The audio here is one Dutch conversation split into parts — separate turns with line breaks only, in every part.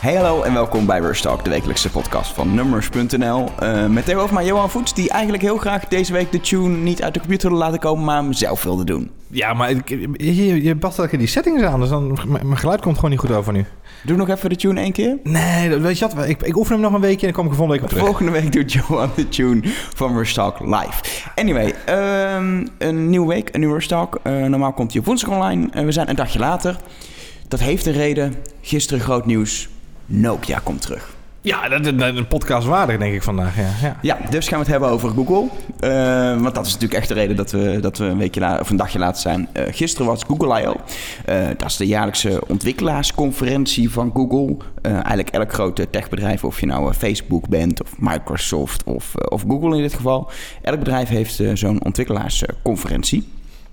Hey hallo en welkom bij Rush Talk, de wekelijkse podcast van Numbers.nl. Met tegenover mij Johan Voets, die eigenlijk heel graag deze week de tune niet uit de computer wilde laten komen, maar hem zelf wilde doen.
Ja, maar je past lekker die settings aan, dus dan mijn geluid komt gewoon niet goed over nu.
Doe nog even de tune 1 keer.
Nee, weet je wat, ik oefen hem nog een weekje en dan kom ik er volgende week op terug.
Volgende week doet Johan de tune van Rush Talk live. Anyway, een nieuwe week, een nieuwe Rush Talk. Normaal komt hij op woensdag online. We zijn een dagje later. Dat heeft een reden. Gisteren groot nieuws. Nokia komt terug.
Ja, dat is een podcast waardig, denk ik vandaag.
Ja, dus gaan we het hebben over Google. Want dat is natuurlijk echt de reden dat we een weekje later, of een dagje later zijn. Gisteren was Google I.O. Dat is de jaarlijkse ontwikkelaarsconferentie van Google. Eigenlijk elk grote techbedrijf, of je nou Facebook bent, of Microsoft, of Google in dit geval. Elk bedrijf heeft zo'n ontwikkelaarsconferentie.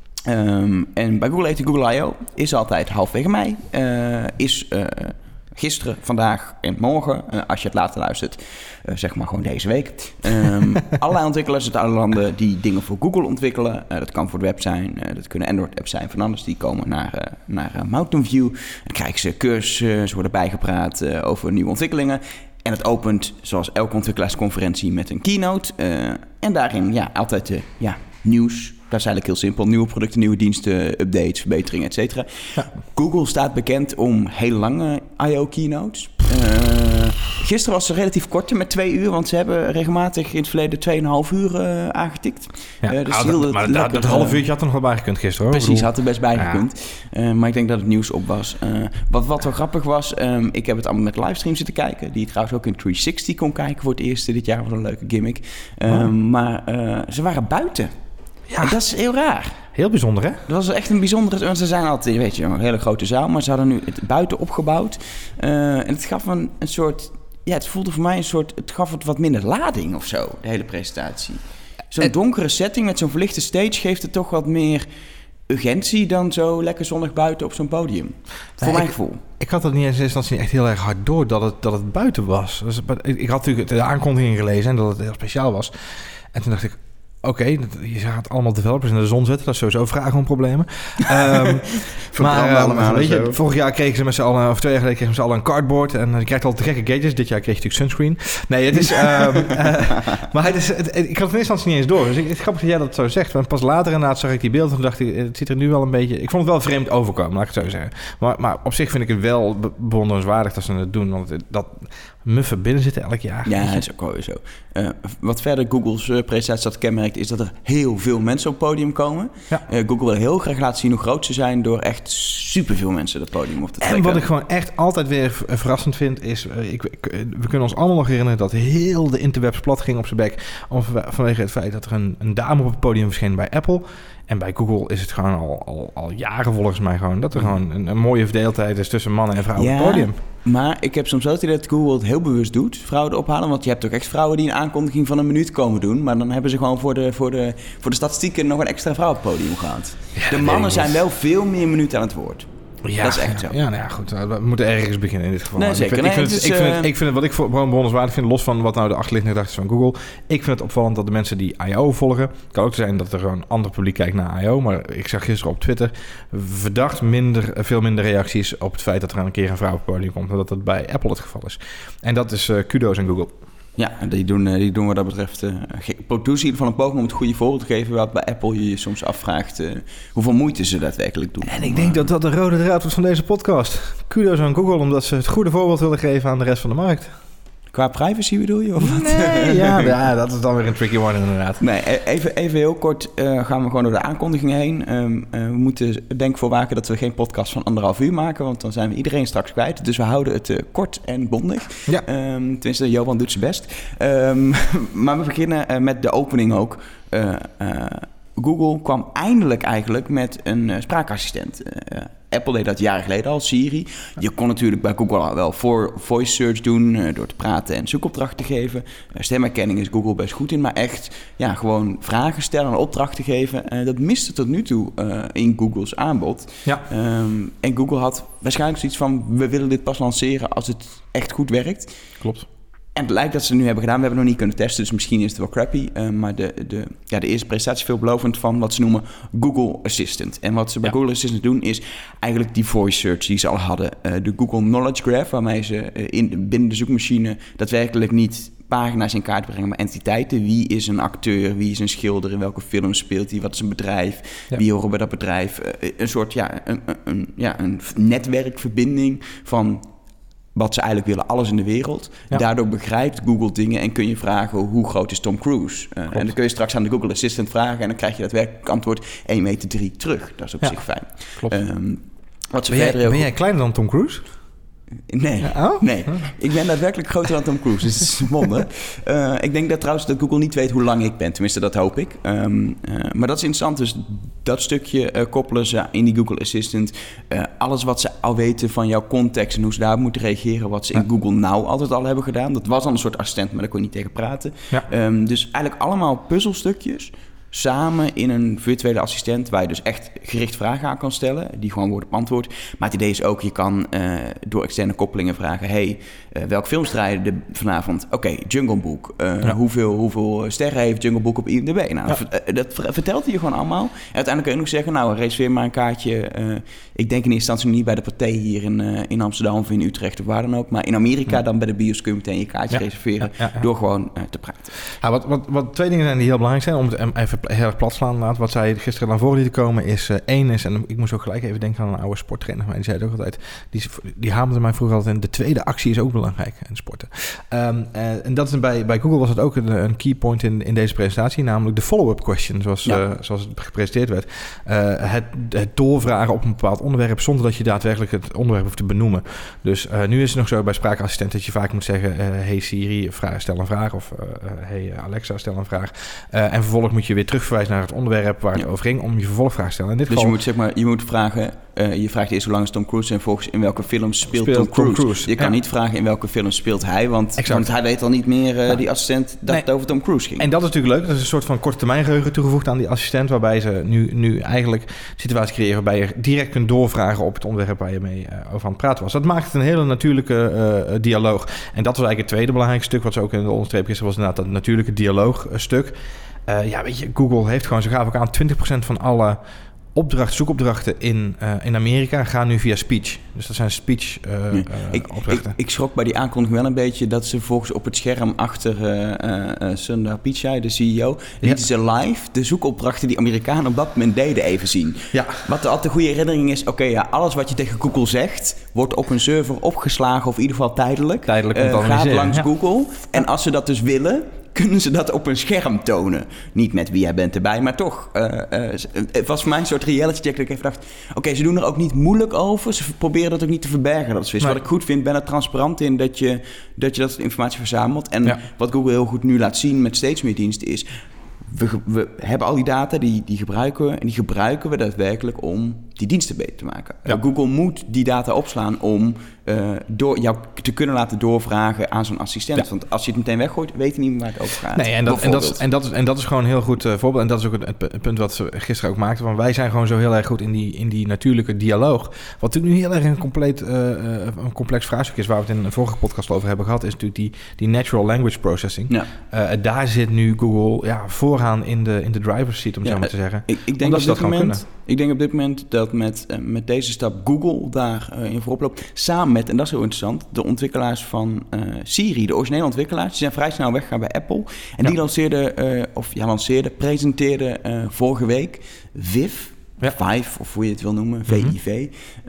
En bij Google heet de Google I.O. Is altijd halfwege mei. Gisteren, vandaag en morgen, als je het later luistert, zeg maar gewoon deze week. Allerlei ontwikkelaars uit alle landen die dingen voor Google ontwikkelen. Dat kan voor de web zijn, dat kunnen Android-apps zijn van alles. Die komen naar Mountain View. Dan krijgen ze cursussen, ze worden bijgepraat over nieuwe ontwikkelingen. En het opent, zoals elke ontwikkelaarsconferentie, met een keynote. En daarin altijd nieuws. Dat is eigenlijk heel simpel. Nieuwe producten, nieuwe diensten, updates, verbeteringen, et cetera. Ja. Google staat bekend om hele lange I.O. keynotes. Gisteren was ze relatief korte met 2 uur, want ze hebben regelmatig in het verleden 2,5 uur aangetikt.
Ja, dus dat half uurtje had er nog wel bij gekund gisteren. Hoor.
Precies, had er best bij gekund. Maar ik denk dat het nieuws op was. Wat wel grappig was, ik heb het allemaal met livestream zitten kijken, die je trouwens ook in 360 kon kijken voor het eerst dit jaar. Wat een leuke gimmick. Maar ze waren buiten. Ja. En dat is heel raar.
Heel bijzonder, hè?
Dat was echt een bijzondere... Want ze zijn altijd, weet je, een hele grote zaal, maar ze hadden nu het buiten opgebouwd. En het gaf een soort... Ja, het voelde voor mij een soort... Het gaf het wat minder lading of zo, de hele presentatie. Zo'n donkere setting met zo'n verlichte stage geeft het toch wat meer urgentie dan zo lekker zonnig buiten op zo'n podium. Voor mijn gevoel.
Ik had dat niet eens in eerste instantie echt heel erg hard door dat het buiten was. Dus, ik had natuurlijk de aankondiging gelezen en dat het heel speciaal was. En toen dacht ik... Oké, je gaat allemaal developers in de zon zetten. Dat is sowieso vragen om problemen. Maar weet je, vorig jaar kregen ze met z'n allen... Of 2 jaar geleden kregen ze met z'n allen een cardboard. En je krijgt altijd gekke gadgets. Dit jaar kreeg je natuurlijk sunscreen. Nee, het is... maar ik had het in eerste instantie niet eens door. Dus het is grappig dat jij dat zo zegt. Want pas later inderdaad zag ik die beelden. En dacht ik, het ziet er nu wel een beetje... Ik vond het wel vreemd overkomen, laat ik het zo zeggen. Maar op zich vind ik het wel bewonderenswaardig dat ze het doen. Want dat muffen binnen zitten elk jaar.
Ja, dat is ook wel zo. Wat verder Google's presentatie dat kenmerkt, is dat er heel veel mensen op het podium komen. Ja. Google wil heel graag laten zien hoe groot ze zijn door echt superveel mensen dat podium op te trekken.
En wat ik gewoon echt altijd weer verrassend vind, is... we kunnen ons allemaal nog herinneren dat heel de interwebs plat ging op zijn bek. Vanwege het feit dat er een dame op het podium verscheen bij Apple. En bij Google is het gewoon al jaren volgens mij gewoon... dat er gewoon een mooie verdeeldheid is tussen mannen en vrouwen op het podium.
Maar ik heb soms wel het idee dat Google het heel bewust doet, vrouwen ophalen. Want je hebt ook echt vrouwen die een aankondiging van 1 minuut komen doen. Maar dan hebben ze gewoon voor de statistieken nog een extra vrouw op het podium gehad. Ja, de mannen zijn wel veel meer minuten aan het woord.
Ja,
dat is echt zo.
Ja, nou ja, goed. We moeten ergens beginnen in dit geval.
Nee, zeker.
Ik vind het wat ik gewoon bewonderenswaardig vind, los van wat nou de achterliggende gedachte is van Google. Ik vind het opvallend dat de mensen die I.O. volgen... Het kan ook zijn dat er gewoon een ander publiek kijkt naar I.O. Maar ik zag gisteren op Twitter verdacht veel minder reacties op het feit dat er een keer een vrouw op het podium komt, dan dat het bij Apple het geval is. En dat is kudo's aan Google.
Ja, die doen wat dat betreft... Produce van een poging om het goede voorbeeld te geven... wat bij Apple je soms afvraagt... hoeveel moeite ze daadwerkelijk doen.
En ik denk dat dat de rode draad wordt van deze podcast. Kudos aan Google, omdat ze het goede voorbeeld willen geven aan de rest van de markt.
Qua privacy bedoel je? Of wat?
Nee, ja, dat is dan weer een tricky one inderdaad.
Nee, even heel kort gaan we gewoon door de aankondigingen heen. We moeten denk voor waken dat we geen podcast van 1,5 uur maken, want dan zijn we iedereen straks kwijt. Dus we houden het kort en bondig. Ja. Tenminste, Johan doet zijn best. Maar we beginnen met de opening ook. Google kwam eindelijk eigenlijk met een spraakassistent. Apple deed dat jaren geleden al, Siri. Je kon natuurlijk bij Google al wel voice search doen... door te praten en zoekopdrachten te geven. Stemherkenning is Google best goed in... maar echt gewoon vragen stellen en opdrachten geven... dat miste tot nu toe in Googles aanbod. Ja. En Google had waarschijnlijk zoiets van... we willen dit pas lanceren als het echt goed werkt.
Klopt.
En het lijkt dat ze het nu hebben gedaan. We hebben het nog niet kunnen testen, dus misschien is het wel crappy. Maar de eerste presentatie is veelbelovend van wat ze noemen Google Assistant. En wat ze bij Google Assistant doen is eigenlijk die voice search die ze al hadden. De Google Knowledge Graph, waarmee ze binnen de zoekmachine daadwerkelijk niet pagina's in kaart brengen, maar entiteiten. Wie is een acteur? Wie is een schilder? In welke film speelt hij? Wat is een bedrijf? Ja. Wie horen bij dat bedrijf? Een soort, een netwerkverbinding van wat ze eigenlijk willen, alles in de wereld. Ja. Daardoor begrijpt Google dingen en kun je vragen hoe groot is Tom Cruise? En dan kun je straks aan de Google Assistant vragen en dan krijg je daadwerkelijk antwoord 1,3 meter terug. Dat is op zich fijn.
Klopt. Ben jij kleiner dan Tom Cruise?
Nee, nee. Ik ben daadwerkelijk groter dan Tom Cruise. Dus het is wonder. Ik denk dat trouwens dat Google niet weet hoe lang ik ben. Tenminste, dat hoop ik. Maar dat is interessant. Dus dat stukje koppelen ze in die Google Assistant. Alles wat ze al weten van jouw context en hoe ze daarop moeten reageren. Wat ze in Google Now altijd al hebben gedaan. Dat was al een soort assistent, maar daar kon je niet tegen praten. Ja. Dus eigenlijk allemaal puzzelstukjes samen in een virtuele assistent waar je dus echt gericht vragen aan kan stellen, die gewoon worden beantwoord. Maar het idee is ook, je kan door externe koppelingen vragen, welke films draaien er vanavond? Oké, Jungle Book. Hoeveel sterren heeft Jungle Book op IMDb? Nou, dat vertelt hij je gewoon allemaal. En uiteindelijk kun je nog zeggen, nou, reserveer maar een kaartje. Ik denk in eerste instantie niet bij de Pathé hier in Amsterdam of in Utrecht of waar dan ook. Maar in Amerika dan bij de bios kun je meteen je kaartje reserveren door gewoon te praten.
Ja, wat twee dingen zijn die heel belangrijk zijn, om het even heel erg plat slaan. Wat zij gisteren naar voren lieten komen is, en ik moest ook gelijk even denken aan een oude sporttrainer, maar die zei het ook altijd, die hamerde mij vroeger altijd in, de tweede actie is ook belangrijk in sporten. En dat is bij Google was het ook een key point in deze presentatie, namelijk de follow-up question, zoals het gepresenteerd werd. Het doorvragen op een bepaald onderwerp zonder dat je daadwerkelijk het onderwerp hoeft te benoemen. Dus nu is het nog zo bij spraakassistent dat je vaak moet zeggen, hey Siri, stel een vraag, of hey Alexa, stel een vraag. En vervolgens moet je weer terugverwijzen naar het onderwerp waar het over ging om je vervolgvraag te stellen. In dit geval,
je moet vragen, je vraagt eerst hoe lang is Tom Cruise en volgens in welke film speelt Tom Cruise. Je kan niet vragen in welke film speelt hij, want hij weet al niet meer, die assistent, dat het over Tom Cruise ging.
En dat is natuurlijk leuk. Dat is een soort van korte termijn geheugen toegevoegd aan die assistent, waarbij ze nu eigenlijk een situatie creëren waarbij je direct kunt doorvragen op het onderwerp waar je mee over aan het praten was. Dat maakt het een hele natuurlijke dialoog. En dat was eigenlijk het tweede belangrijke stuk wat ze ook in de onderstreep gisteren was inderdaad dat natuurlijke dialoogstuk. Weet je, Google heeft gewoon, ze gaven ook aan 20% van alle zoekopdrachten in Amerika gaan nu via speech. Dus dat zijn speech opdrachten.
Ik schrok bij die aankondiging wel een beetje dat ze volgens op het scherm achter Sundar Pichai, de CEO, lieten ze live de zoekopdrachten die Amerikanen op dat moment deden even zien. Ja. Wat altijd een goede herinnering is, alles wat je tegen Google zegt, wordt op een server opgeslagen of in ieder geval tijdelijk gaat langs Google. En als ze dat dus willen, kunnen ze dat op een scherm tonen. Niet met wie jij bent erbij, maar toch. Het was voor mij een soort reality check dat ik even dacht, ze doen er ook niet moeilijk over. Ze proberen dat ook niet te verbergen. Dat is wat ik goed vind, ben er transparant in dat je dat soort informatie verzamelt. En wat Google heel goed nu laat zien met steeds meer diensten is, we hebben al die data, die gebruiken we. En die gebruiken we daadwerkelijk om die diensten beter te maken. Google moet die data opslaan om door jou te kunnen laten doorvragen aan zo'n assistent. Ja. Want als je het meteen weggooit, weet je niet meer waar het over gaat.
Nee, en dat is gewoon een heel goed voorbeeld. En dat is ook het punt wat ze gisteren ook maakten. Want wij zijn gewoon zo heel erg goed in die natuurlijke dialoog. Wat natuurlijk nu heel erg een complex vraagstuk is, waar we het in een vorige podcast over hebben gehad, is natuurlijk die natural language processing. Ja. Daar zit nu Google vooraan in de driver's seat, om zo maar te zeggen.
Ik denk op dit moment dat met deze stap Google daarin voorop loopt. Samen met, en dat is heel interessant, de ontwikkelaars van Siri, de originele ontwikkelaars, die zijn vrij snel weggegaan bij Apple. En die presenteerde vorige week Viv, Vive, of hoe je het wil noemen, VIV.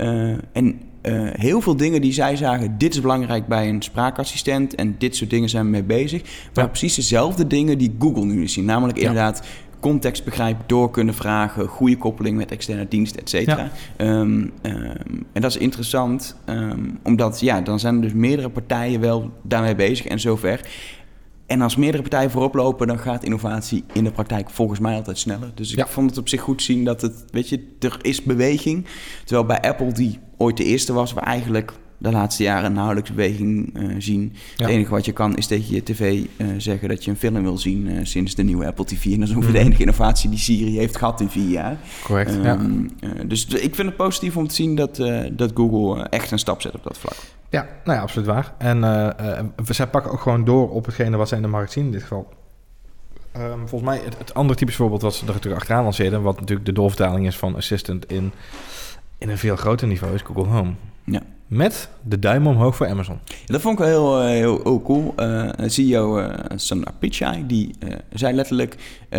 Heel veel dingen die zij zagen, dit is belangrijk bij een spraakassistent en dit soort dingen zijn we mee bezig. Maar precies dezelfde dingen die Google nu zien. Namelijk inderdaad context begrijpen, door kunnen vragen, goede koppeling met externe diensten, et cetera. Ja. En dat is interessant, omdat dan zijn er dus meerdere partijen wel daarmee bezig en zover. En als meerdere partijen voorop lopen, dan gaat innovatie in de praktijk volgens mij altijd sneller. Dus ik vond het op zich goed zien dat er is beweging. Terwijl bij Apple, die ooit de eerste was, we eigenlijk de laatste jaren nauwelijks beweging zien. Ja. Het enige wat je kan is tegen je tv zeggen dat je een film wil zien sinds de nieuwe Apple TV. En dat is ongeveer de enige innovatie die Siri heeft gehad in 4 jaar.
Correct,
Dus ik vind het positief om te zien dat Google echt een stap zet op dat vlak.
Ja, nou ja, absoluut waar. En zij pakken ook gewoon door op hetgene wat zij in de markt zien in dit geval. Volgens mij het andere typisch voorbeeld wat ze er natuurlijk achteraan lanceerden, wat natuurlijk de doorvertaling is van Assistant in een veel groter niveau, is Google Home.
Ja.
Met de duim omhoog voor Amazon.
Ja, dat vond ik wel heel cool. CEO Sundar Pichai, die zei letterlijk,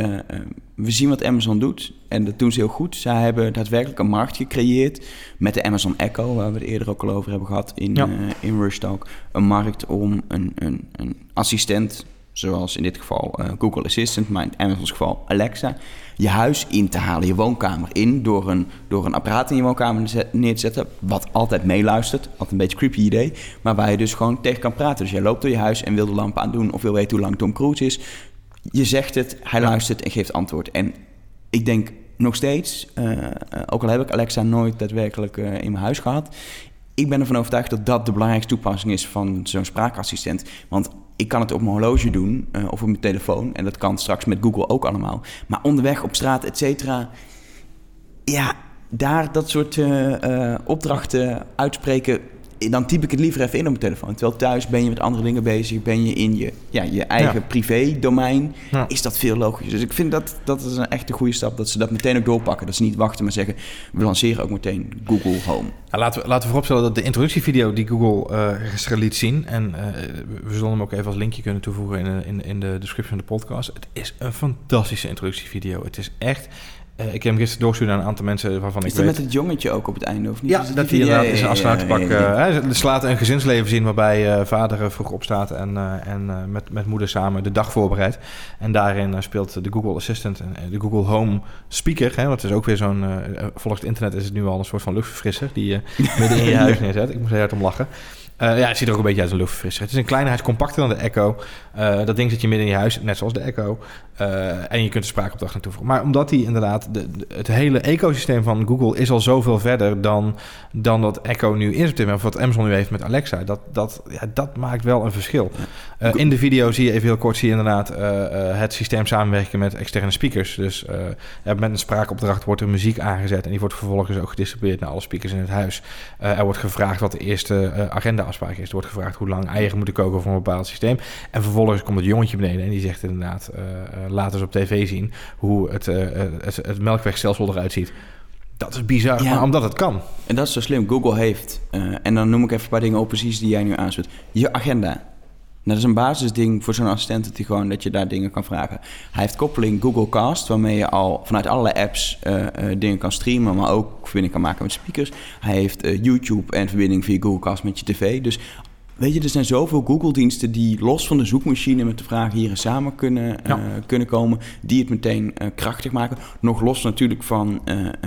we zien wat Amazon doet en dat doen ze heel goed. Zij hebben daadwerkelijk een markt gecreëerd met de Amazon Echo, waar we het eerder ook al over hebben gehad in Rush Talk. Een markt om een assistent, zoals in dit geval Google Assistant, maar in Amazon's geval Alexa, je huis in te halen, je woonkamer in, door een apparaat in je woonkamer neer te zetten, wat altijd meeluistert, altijd een beetje creepy idee, maar waar je dus gewoon tegen kan praten. Dus jij loopt door je huis en wil de lamp aandoen of wil weten hoe lang Tom Cruise is. Je zegt het, hij luistert en geeft antwoord. En ik denk nog steeds, ook al heb ik Alexa nooit daadwerkelijk in mijn huis gehad, ik ben ervan overtuigd dat dat de belangrijkste toepassing is van zo'n spraakassistent. Want ik kan het op mijn horloge doen of op mijn telefoon. En dat kan straks met Google ook allemaal. Maar onderweg, op straat, et cetera. Ja, daar dat soort opdrachten uitspreken, dan typ ik het liever even in op mijn telefoon. Terwijl thuis ben je met andere dingen bezig. Ben je in je eigen privé-domein. Ja. Is dat veel logischer. Dus ik vind dat is een echt een goede stap. Dat ze dat meteen ook doorpakken. Dat ze niet wachten, maar zeggen, we lanceren ook meteen Google Home.
Ja, laten we vooropstellen dat de introductievideo die Google gisteren liet zien, en we zullen hem ook even als linkje kunnen toevoegen in de description van de podcast. Het is een fantastische introductievideo. Het is echt... ik heb hem gisteren doorgestuurd naar een aantal mensen waarvan ik weet...
Is dat met het jongetje ook op het einde, of niet?
Ja, dat hij inderdaad is een afsluitpak. Ze laten een gezinsleven zien waarbij vader vroeg opstaat en met moeder samen de dag voorbereidt. En daarin speelt de Google Assistant en de Google Home speaker. Dat is ook weer zo'n... volgens het internet is het nu al een soort van luchtverfrisser die je midden in je huis neerzet. Ik moest er hard om lachen. Het ziet er ook een beetje uit als een luchtverfrisser. Het is een kleiner, hij is compacter dan de Echo. Dat ding zit je midden in je huis, net zoals de Echo. En je kunt de spraakopdracht naartoe voegen. Maar omdat die inderdaad... het hele ecosysteem van Google is al zoveel verder dan dat Echo nu is op dit moment, of wat Amazon nu heeft met Alexa. Dat maakt wel een verschil. In de video zie je even heel kort inderdaad het systeem samenwerken met externe speakers. Dus met een spraakopdracht wordt er muziek aangezet en die wordt vervolgens ook gedistribueerd naar alle speakers in het huis. Er wordt gevraagd wat de eerste agenda-afspraak is. Er wordt gevraagd hoe lang eieren moeten koken voor een bepaald systeem. En vervolgens komt het jongetje beneden en die zegt inderdaad, laten ze op tv zien hoe het melkwegstelsel eruit ziet. Dat is bizar, maar omdat het kan.
En dat is zo slim. Google heeft, en dan noem ik even een paar dingen op precies die jij nu aansluit. Je agenda. Dat is een basisding voor zo'n assistent dat je daar dingen kan vragen. Hij heeft koppeling Google Cast, waarmee je al vanuit allerlei apps dingen kan streamen, maar ook verbinding kan maken met speakers. Hij heeft YouTube en verbinding via Google Cast met je tv. Dus weet je, er zijn zoveel Google-diensten die los van de zoekmachine met de vragen hier samen kunnen komen, die het meteen krachtig maken. Nog los natuurlijk van,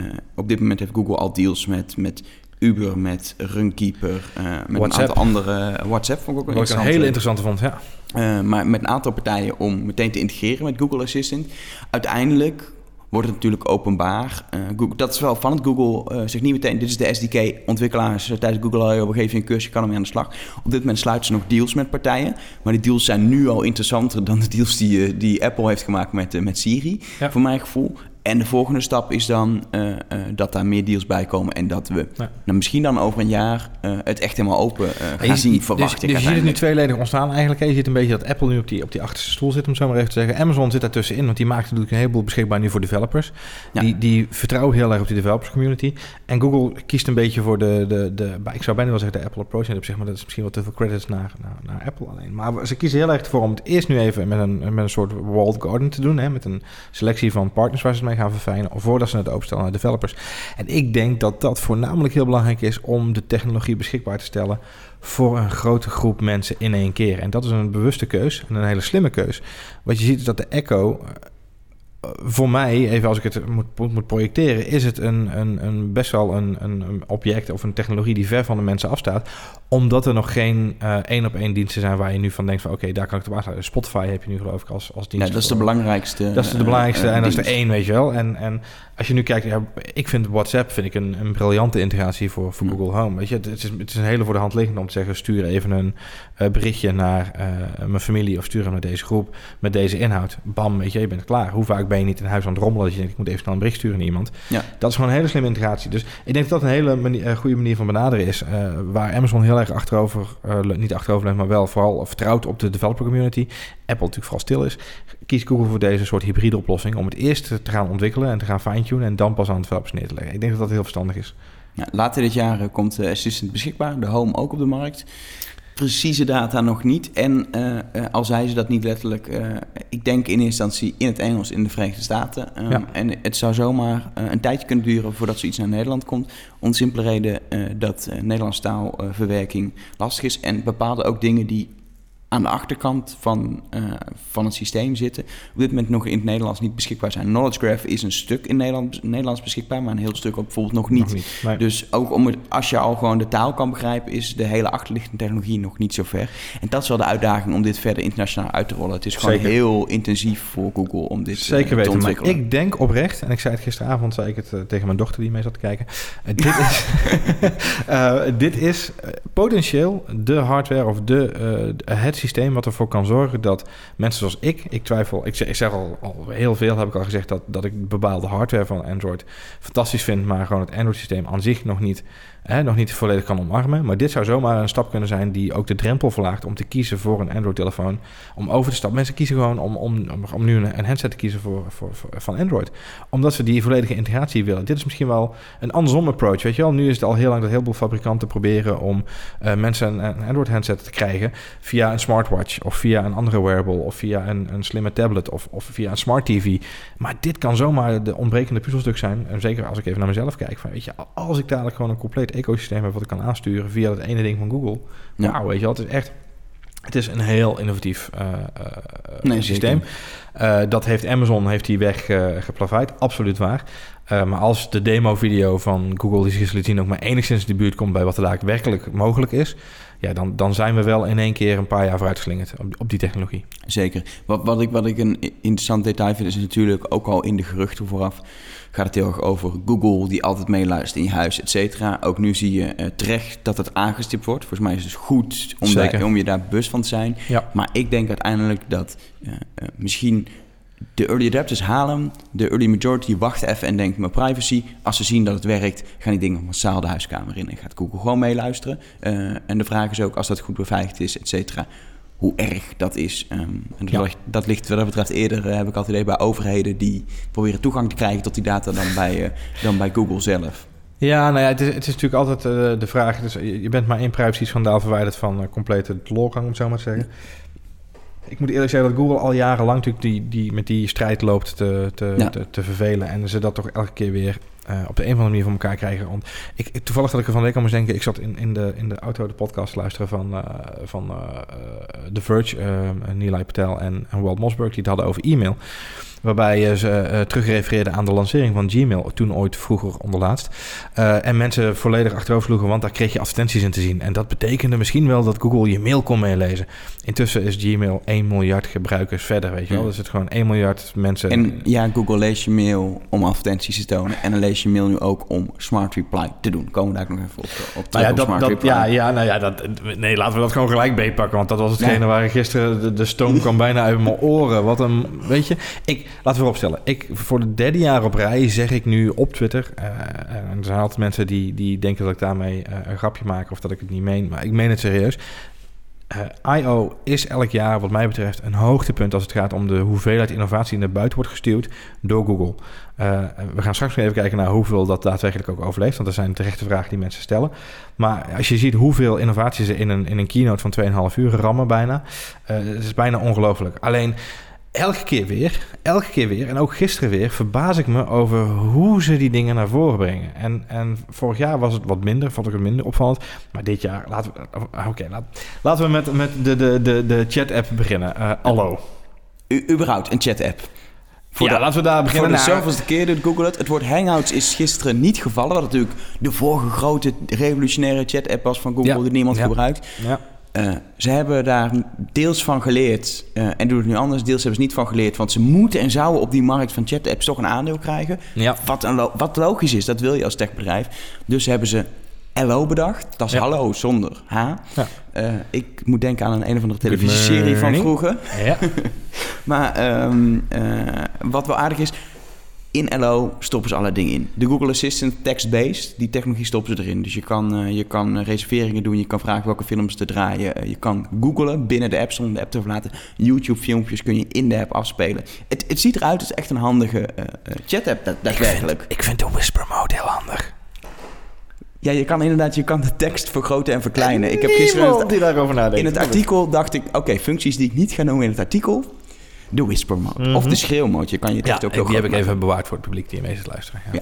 op dit moment heeft Google al deals met Uber, met Runkeeper, met WhatsApp. Een aantal andere... WhatsApp vond ik ook wel interessant.
Wat ik een hele interessante vond, ja.
Maar met een aantal partijen om meteen te integreren met Google Assistant. Uiteindelijk wordt het natuurlijk openbaar. Google, dat is wel van het Google zegt niet meteen, dit is de SDK-ontwikkelaars tijdens Google I.O. We geven je een cursus, je kan ermee aan de slag. Op dit moment sluiten ze nog deals met partijen. Maar die deals zijn nu al interessanter dan de deals die Apple heeft gemaakt met Siri, voor mijn gevoel. En de volgende stap is dan dat daar meer deals bij komen en dat we misschien dan over een jaar het echt helemaal open gaan zien, verwacht ik.
Dus je ziet het nu tweeledig ontstaan eigenlijk. Je ziet een beetje dat Apple nu op die achterste stoel zit, om zo maar even te zeggen. Amazon zit daartussenin, want die maakt natuurlijk een heleboel beschikbaar nu voor developers. Ja. Die vertrouwen heel erg op die developers community. En Google kiest een beetje voor ik zou bijna wel zeggen de Apple approach op zich, maar dat is misschien wel te veel credits naar Apple alleen. Maar ze kiezen heel erg ervoor om het eerst nu even met een soort walled garden te doen, met een selectie van partners waar ze het mee gaan verfijnen, voordat ze het openstellen naar developers. En ik denk dat dat voornamelijk heel belangrijk is om de technologie beschikbaar te stellen voor een grote groep mensen in één keer. En dat is een bewuste keus en een hele slimme keus. Wat je ziet is dat de Echo, voor mij, even als ik het moet projecteren, is het best wel een object of een technologie die ver van de mensen afstaat, omdat er nog geen 1-op-1 diensten zijn waar je nu van denkt van oké, daar kan ik het op aansluiten. Spotify heb je nu geloof ik als dienst.
Ja, dat is de belangrijkste.
Dat is de belangrijkste en dat is er één, weet je wel. En als je nu kijkt, ik vind WhatsApp een briljante integratie voor Google Home. Weet je, het is een hele voor de hand liggend om te zeggen, stuur even een berichtje naar mijn familie of stuur hem naar deze groep met deze inhoud. Bam, weet je bent klaar. Hoe vaak vaak ben je niet in huis aan het rommelen dat je denkt, ik moet even snel een bericht sturen naar iemand.
Ja.
Dat is gewoon een hele slimme integratie. Dus ik denk dat een hele goede manier van benaderen is, waar Amazon heel erg niet achterover leunt, maar wel vooral vertrouwt op de developer community. Apple natuurlijk vooral stil is. Kiest Google voor deze soort hybride oplossing om het eerst te gaan ontwikkelen en te gaan fine-tunen en dan pas aan developers neer te leggen. Ik denk dat dat heel verstandig is.
Ja, later dit jaar komt de Assistant beschikbaar, de Home ook op de markt. Precieze data nog niet. En al zei ze dat niet letterlijk, ik denk in eerste instantie in het Engels in de Verenigde Staten. En het zou zomaar een tijdje kunnen duren voordat zoiets naar Nederland komt. Om de simpele reden dat Nederlandse taalverwerking lastig is. En bepaalde ook dingen die aan de achterkant van het systeem zitten. Op dit moment nog in het Nederlands niet beschikbaar zijn. Knowledge Graph is een stuk in Nederlands beschikbaar, maar een heel stuk ook bijvoorbeeld nog niet.
Nee.
Dus ook als je al gewoon de taal kan begrijpen, is de hele achterliggende technologie nog niet zo ver. En dat is wel de uitdaging om dit verder internationaal uit te rollen. Het is gewoon heel intensief voor Google om dit
Zeker
te
weten,
ontwikkelen.
Maar ik denk oprecht, en ik zei het gisteravond, tegen mijn dochter die mee zat te kijken. Dit is potentieel de hardware of het systeem wat ervoor kan zorgen dat mensen zoals ik twijfel, ik zeg al heel veel, heb ik al gezegd, dat ik bepaalde hardware van Android fantastisch vind, maar gewoon het Android-systeem aan zich nog niet volledig kan omarmen. Maar dit zou zomaar een stap kunnen zijn die ook de drempel verlaagt om te kiezen voor een Android-telefoon, om over te stappen. Mensen kiezen gewoon om nu een handset te kiezen van Android, omdat ze die volledige integratie willen. Dit is misschien wel een andersom approach, weet je wel. Nu is het al heel lang dat heel veel fabrikanten proberen om mensen een Android-handset te krijgen via een smartwatch of via een andere wearable of via een slimme tablet of via een smart TV. Maar dit kan zomaar de ontbrekende puzzelstuk zijn. En zeker als ik even naar mezelf kijk, van, weet je, als ik dadelijk gewoon een compleet ecosysteem heb wat ik kan aansturen via dat ene ding van Google. Ja. Wauw, weet je wel, het is een heel innovatief systeem. Dat heeft Amazon die weg geplaveid, absoluut waar. Maar als de demo-video van Google die ze liet zien ook maar enigszins in de buurt komt bij wat er daadwerkelijk mogelijk is, ja, dan zijn we wel in één keer een paar jaar vooruitgeslingerd op die technologie.
Zeker. Wat ik een interessant detail vind is natuurlijk ook al in de geruchten vooraf gaat het heel erg over Google die altijd meeluistert in je huis, et cetera. Ook nu zie je terecht dat het aangestipt wordt. Volgens mij is het dus goed om je daar bewust van te zijn. Ja. Maar ik denk uiteindelijk dat misschien de early adapters halen, de early majority wacht even en denkt mijn privacy. Als ze zien dat het werkt, gaan die dingen massaal de huiskamer in en gaat Google gewoon meeluisteren. En de vraag is ook, als dat goed beveiligd is, et cetera, hoe erg dat is. Dat ligt wat dat betreft eerder, heb ik altijd idee, bij overheden die proberen toegang te krijgen tot die data dan bij Google zelf.
Ja, nou ja, het is natuurlijk altijd de vraag. Dus je bent maar één privacy-schandaal verwijderd van complete teleurgang, om het zo maar te zeggen. Ik moet eerlijk zeggen dat Google al jarenlang natuurlijk die met die strijd loopt te vervelen. En ze dat toch elke keer weer op de een of andere manier voor elkaar krijgen. Want toevallig dat ik er van de week aan moest denken. Ik zat in de auto de podcast te luisteren van The Verge, Nilay Patel en Walt Mossberg. Die het hadden over e-mail. Waarbij ze terugrefereerden aan de lancering van Gmail, toen ooit vroeger onderlaatst. En mensen volledig achterover sloegen, want daar kreeg je advertenties in te zien. En dat betekende misschien wel dat Google je mail kon meelezen. Intussen is Gmail 1 miljard gebruikers verder, weet je wel. Dus het gewoon 1 miljard mensen.
En ja, Google leest je mail om advertenties te tonen. En dan lees je mail nu ook om Smart Reply te doen. Komen we daar nog even op terug.
Nee, laten we dat gewoon gelijk beetpakken. Want dat was hetgene waar gisteren de stoom kwam bijna uit mijn oren. Wat een, weet je... Laten we vooropstellen. Voor de derde jaar op rij zeg ik nu op Twitter... en er zijn altijd mensen die denken dat ik daarmee een grapje maak... of dat ik het niet meen, maar ik meen het serieus. I.O. is elk jaar wat mij betreft een hoogtepunt... als het gaat om de hoeveelheid innovatie die naar buiten wordt gestuurd door Google. We gaan straks even kijken naar hoeveel dat daadwerkelijk ook overleeft... want dat zijn terechte vragen die mensen stellen. Maar als je ziet hoeveel innovaties ze in een keynote van 2,5 uur rammen bijna... het is bijna ongelooflijk. Alleen... Elke keer weer, en ook gisteren weer, verbaas ik me over hoe ze die dingen naar voren brengen. En vorig jaar was het wat minder, vond ik het minder opvallend. Maar dit jaar, laten we met de chat-app beginnen. Allo.
Überhaupt een chat-app.
Laten we daar beginnen.
Voor de zoveelste keer doet Google het. Het woord Hangouts is gisteren niet gevallen. Wat natuurlijk de vorige grote revolutionaire chat-app was van Google die niemand gebruikt. Ja. Ze hebben daar deels van geleerd en doen het nu anders. Deels hebben ze niet van geleerd, want ze moeten en zouden op die markt van chat-apps toch een aandeel krijgen. Ja. Wat logisch is, dat wil je als techbedrijf. Dus hebben ze LO bedacht. Dat is hallo zonder H. Ja. Ik moet denken aan een of andere televisieserie van vroeger. Ja. Maar wat wel aardig is... In LO stoppen ze alle dingen in. De Google Assistant text-based, die technologie stoppen ze erin. Dus je kan reserveringen doen, je kan vragen welke films te draaien. Je kan googlen binnen de app zonder de app te verlaten. YouTube-filmpjes kun je in de app afspelen. Het ziet eruit als echt een handige chat-app, daadwerkelijk.
Ik vind de Whisper Mode heel handig.
Ja, je kan de tekst vergroten en verkleinen. Ik heb gisteren
die daarover nadenkt.
In het artikel dacht ik, oké, functies die ik niet ga noemen in het artikel... De whisper mode. Mm-hmm. Of de schreeuwmode. Je kan je tekst ook
die heb ik even bewaard voor het publiek die meestal luisteren. Ja.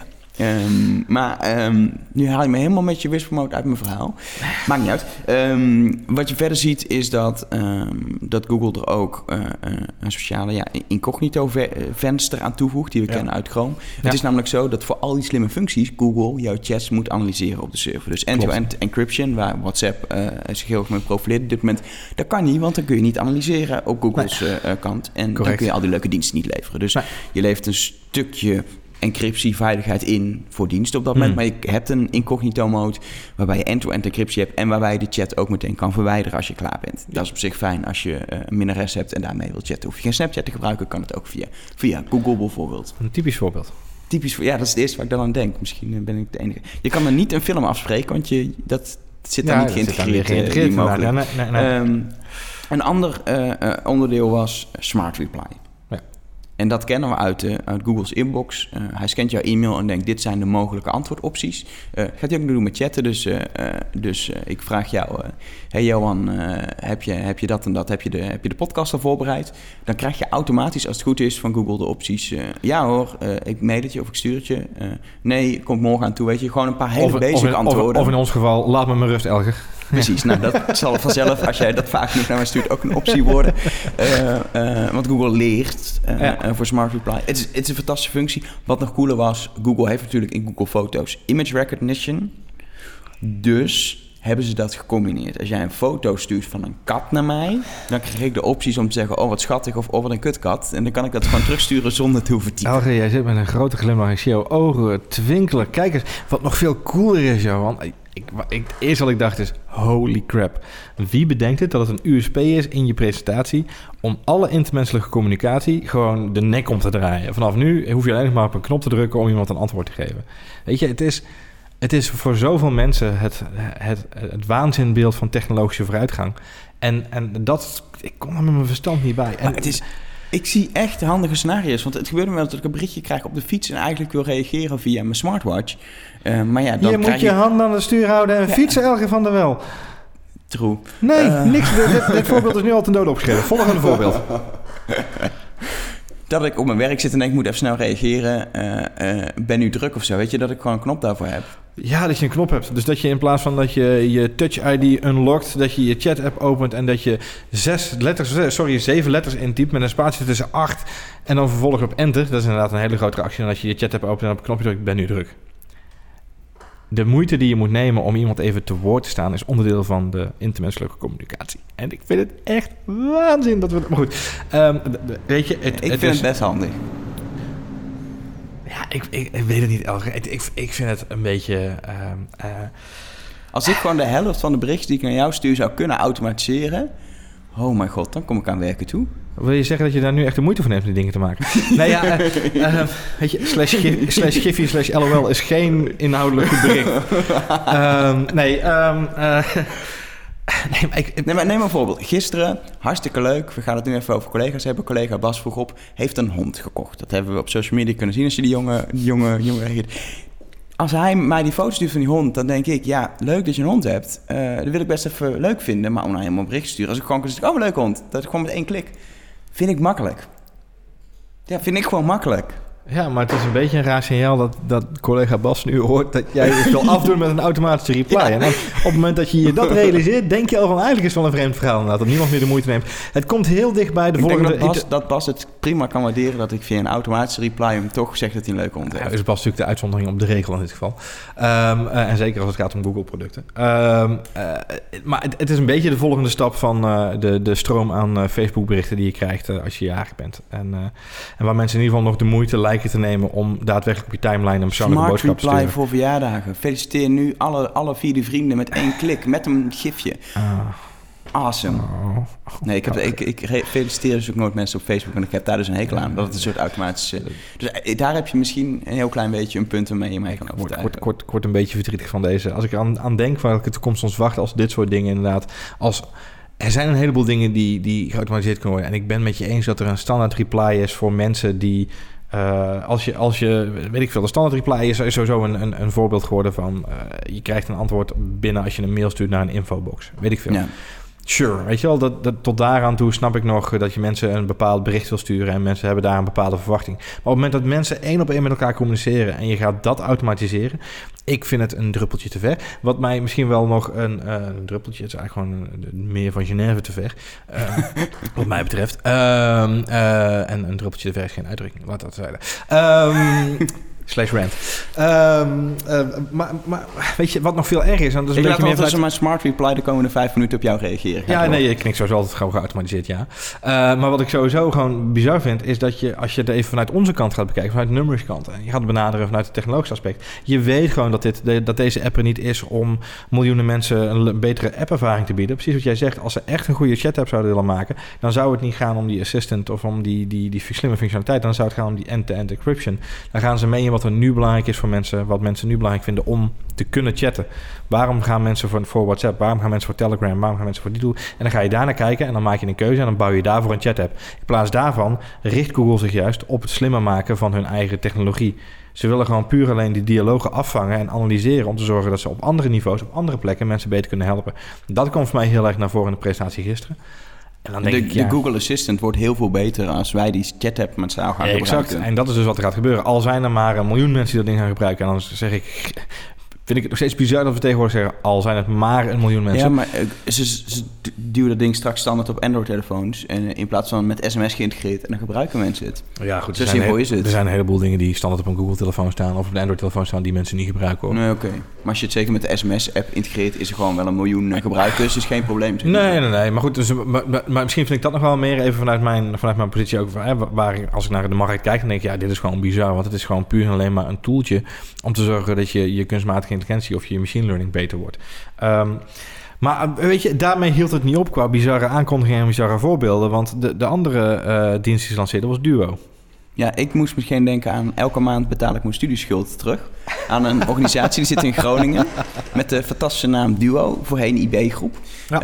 Nu haal je me helemaal met je whisper mode uit mijn verhaal. Maakt niet uit. Wat je verder ziet is dat Google er ook een sociale incognito venster aan toevoegt die we kennen uit Chrome. Ja. Het is namelijk zo dat voor al die slimme functies Google jouw chats moet analyseren op de server. Dus end-to-end encryption, waar WhatsApp zich heel erg mee profileert op dit moment, dat kan niet, want dan kun je niet analyseren op Google's kant. En dan kun je al die leuke diensten niet leveren. Dus je levert een stukje encryptieveiligheid in voor diensten op dat moment. Maar je hebt een incognito mode waarbij je end-to-end encryptie hebt en waarbij je de chat ook meteen kan verwijderen als je klaar bent. Ja. Dat is op zich fijn als je een minnares hebt en daarmee wil chatten. Hoef je geen Snapchat te gebruiken, kan het ook via Google bijvoorbeeld.
Een typisch voorbeeld.
Ja, dat is het eerste waar ik dan aan denk. Misschien ben ik de enige. Je kan er niet een film afspreken, want dat zit daar niet geïntegreerd.
Nee.
Een ander onderdeel was Smart Reply. En dat kennen we uit Google's inbox. Hij scant jouw e-mail en denkt, dit zijn de mogelijke antwoordopties. Gaat hij ook doen met chatten. Dus ik vraag jou, hey Johan, heb je dat en dat? Heb je de podcast al voorbereid? Dan krijg je automatisch, als het goed is, van Google de opties. Ja hoor, ik mail het je of ik stuur het je. Nee, komt morgen aan toe, weet je. Gewoon een paar hele basic antwoorden.
Of in ons geval, laat me mijn rust, Elger.
Precies, nou dat zal vanzelf, als jij dat vaak genoeg naar mij stuurt, ook een optie worden. Want Google leert voor Smart Reply. Het is een fantastische functie. Wat nog cooler was, Google heeft natuurlijk in Google Foto's image recognition. Dus hebben ze dat gecombineerd. Als jij een foto stuurt van een kat naar mij, dan krijg ik de opties om te zeggen, oh wat schattig of oh wat een kutkat. En dan kan ik dat gewoon terugsturen zonder te hoeven typen.
Elger, jij zit met een grote glimlach. Ik zie jouw ogen twinkelen. Kijk eens, wat nog veel cooler is, Johan. Eerst wat ik dacht is, holy crap. Wie bedenkt het dat het een USP is in je presentatie om alle intermenselijke communicatie gewoon de nek om te draaien? Vanaf nu hoef je alleen nog maar op een knop te drukken om iemand een antwoord te geven. Weet je, het is voor zoveel mensen het waanzinbeeld van technologische vooruitgang. En dat, ik kom er met mijn verstand niet bij.
Maar ik zie echt handige scenario's. Want het gebeurt me wel dat ik een berichtje krijg op de fiets en eigenlijk wil reageren via mijn smartwatch. Maar ja, dan
je moet je hand aan het stuur houden en fietsen, Elger van der Wel.
True.
Nee, niks. Dit voorbeeld is nu al ten dode opgeschreven. Volgende voorbeeld.
Dat ik op mijn werk zit en denk, ik moet even snel reageren. Ben nu druk of zo, weet je, dat ik gewoon een knop daarvoor heb.
Ja, dat je een knop hebt. Dus dat je in plaats van dat je Touch ID unlockt, dat je je chat app opent en dat je 7 letters intypt met een spatie tussen 8 en dan vervolgens op enter. Dat is inderdaad een hele grote actie dan dat je je chat app opent en op een knopje drukt, ben nu druk. De moeite die je moet nemen om iemand even te woord te staan is onderdeel van de intermenselijke communicatie. En ik vind het echt waanzin dat we... Maar goed, weet je...
Ik vind het best handig.
Ja, ik weet het niet, Elger. Ik vind het een beetje...
Als ik gewoon de helft van de berichten die ik naar jou stuur zou kunnen automatiseren... Oh mijn god, dan kom ik aan werken toe.
Wil je zeggen dat je daar nu echt de moeite voor neemt om die dingen te maken? Nee, ja, weet je, /Giphy/LOL is geen inhoudelijk goed bericht.
Neem maar een voorbeeld. Gisteren, hartstikke leuk. We gaan het nu even over collega's hebben. Collega Bas vroeg op, heeft een hond gekocht. Dat hebben we op social media kunnen zien als je die jongen reageert. Als hij mij die foto stuurt van die hond, dan denk ik, ja, leuk dat je een hond hebt. Dat wil ik best even leuk vinden, maar om nou helemaal een bericht te sturen. Als ik gewoon kan zeggen, oh, een leuke hond. Dat is gewoon met 1 klik. Vind ik makkelijk. Ja, vind ik gewoon makkelijk.
Ja, maar het is een beetje een raar signaal dat collega Bas nu hoort dat jij het wil afdoen met een automatische reply. Ja. En dan, op het moment dat je dat realiseert, denk je al van eigenlijk is het wel een vreemd verhaal inderdaad, dat niemand meer de moeite neemt. Het komt heel dicht bij de volgende...
Ik denk dat Bas het prima kan waarderen dat ik via een automatische reply hem toch zeg dat hij een leuke hond heeft.
Ja, dus Bas natuurlijk de uitzondering op de regel in dit geval. En zeker als het gaat om Google-producten. Maar het is een beetje de volgende stap van de stroom aan Facebook-berichten die je krijgt als je jarig bent. En waar mensen in ieder geval nog de moeite lijken te nemen om daadwerkelijk op je timeline een persoonlijke boodschap te sturen.
Smart reply voor verjaardagen. Feliciteer nu alle 4 vrienden met 1 klik, met een gifje. awesome. Nee, ik feliciteer dus ook nooit mensen op Facebook en ik heb daar dus een hekel aan. Dat het een soort automatische... Dus daar heb je misschien een heel klein beetje een punt waarmee je mee kan overtuigen.
Ik word een beetje verdrietig van deze. Als ik aan denk waar ik de toekomst ons wacht als dit soort dingen inderdaad... Er zijn een heleboel dingen die geautomatiseerd kunnen worden. En ik ben met je eens dat er een standaard reply is voor mensen die... Als je, weet ik veel, de standaard reply is sowieso een voorbeeld geworden van... je krijgt een antwoord binnen als je een mail stuurt naar een infobox. Weet ik veel. Ja. Sure, weet je wel, dat tot daaraan toe snap ik nog dat je mensen een bepaald bericht wil sturen... en mensen hebben daar een bepaalde verwachting. Maar op het moment dat mensen 1 op 1 met elkaar communiceren... en je gaat dat automatiseren... Ik vind het een druppeltje te ver. Wat mij misschien wel nog een druppeltje... Het is eigenlijk gewoon een meer van Genève te ver. Wat mij betreft. En een druppeltje te ver is geen uitdrukking. Laat dat zeiden. /rant. Maar weet je, wat nog veel erger is... En dat is
ik
een
laat
beetje
altijd mijn smart reply de komende 5 minuten op jou reageren.
Ja, nee, ik knik sowieso altijd gewoon geautomatiseerd, ja. Maar wat ik sowieso gewoon bizar vind... is dat je, als je het even vanuit onze kant gaat bekijken... vanuit de nummerskant... en je gaat het benaderen vanuit het technologische aspect... je weet gewoon dat deze app er niet is... om miljoenen mensen een betere appervaring te bieden. Precies wat jij zegt. Als ze echt een goede chat-app zouden willen maken... dan zou het niet gaan om die assistant... of om die slimme functionaliteit. Dan zou het gaan om die end-to-end encryption. Dan gaan ze mee in wat er nu belangrijk is voor mensen... wat mensen nu belangrijk vinden om te kunnen chatten. Waarom gaan mensen voor WhatsApp? Waarom gaan mensen voor Telegram? Waarom gaan mensen voor die doel? En dan ga je daar naar kijken en dan maak je een keuze... en dan bouw je daarvoor een chat-app. In plaats daarvan richt Google zich juist op het slimmer maken van hun eigen technologie. Ze willen gewoon puur alleen die dialogen afvangen en analyseren... om te zorgen dat ze op andere niveaus, op andere plekken... mensen beter kunnen helpen. Dat komt voor mij heel erg naar voren in de presentatie gisteren. En dan denk
de Google Assistant wordt heel veel beter als wij die chat-app met z'n allen gaan gebruiken.
Exact, en dat is dus wat er gaat gebeuren. Al zijn er maar 1 miljoen mensen die dat ding gaan gebruiken... en dan zeg ik... Vind ik het nog steeds bizar dat we tegenwoordig zeggen... al zijn het maar 1 miljoen mensen.
Ja, maar ze duwen dat ding straks standaard op Android-telefoons... en in plaats van met sms geïntegreerd... en dan gebruiken mensen het.
Ja, goed.
Zo simpel is het.
Er zijn een heleboel dingen die standaard op een Google-telefoon staan... of op een Android-telefoon staan die mensen niet gebruiken. Hoor.
Nee, oké. Maar als je het zeker met de sms-app integreert... is er gewoon wel 1 miljoen gebruikers. Dus is geen probleem.
Nee. Maar goed, dus, maar misschien vind ik dat nog wel meer... even vanuit mijn positie ook... waar als ik naar de markt kijk... dan denk ik, ja, dit is gewoon bizar. Want het is gewoon puur en alleen maar een tooltje... om te zorgen dat je kunstmatige intelligentie... of je machine learning beter wordt. Maar weet je, daarmee hield het niet op qua bizarre aankondigingen en bizarre voorbeelden. Want de andere dienst die ze lanceerden was Duo.
Ja, ik moest meteen denken aan... elke maand betaal ik mijn studieschuld terug... aan een organisatie die zit in Groningen... met de fantastische naam Duo, voorheen IB-groep.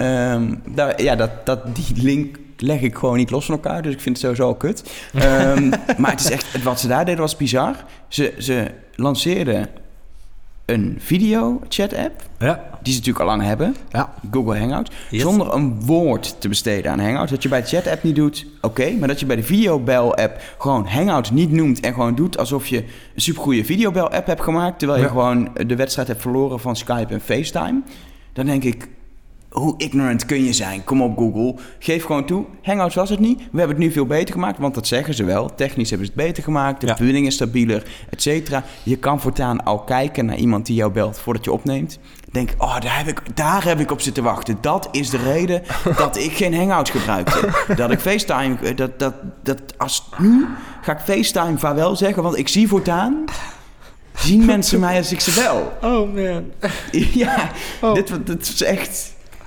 Ja. Die link leg ik gewoon niet los van elkaar... dus ik vind het sowieso al kut. Maar het is echt... wat ze daar deden was bizar. Ze lanceerden... een video-chat-app, die ze natuurlijk al lang hebben, Google Hangouts, zonder een woord te besteden aan Hangouts. Dat je bij de chat-app niet doet, oké, maar dat je bij de videobel-app gewoon Hangouts niet noemt en gewoon doet alsof je een supergoeie videobel-app hebt gemaakt, terwijl je gewoon de wedstrijd hebt verloren van Skype en FaceTime. Dan denk ik, hoe ignorant kun je zijn? Kom op Google, geef gewoon toe. Hangouts was het niet. We hebben het nu veel beter gemaakt, want dat zeggen ze wel. Technisch hebben ze het beter gemaakt, de verbinding is stabieler, et cetera. Je kan voortaan al kijken naar iemand die jou belt voordat je opneemt. Denk, daar heb ik op zitten wachten. Dat is de reden dat ik geen Hangouts gebruikte. Dat ik FaceTime... Nu ga ik FaceTime vaarwel zeggen, want ik zie voortaan... zien mensen mij als ik ze bel.
Oh man.
Ja, dit is echt...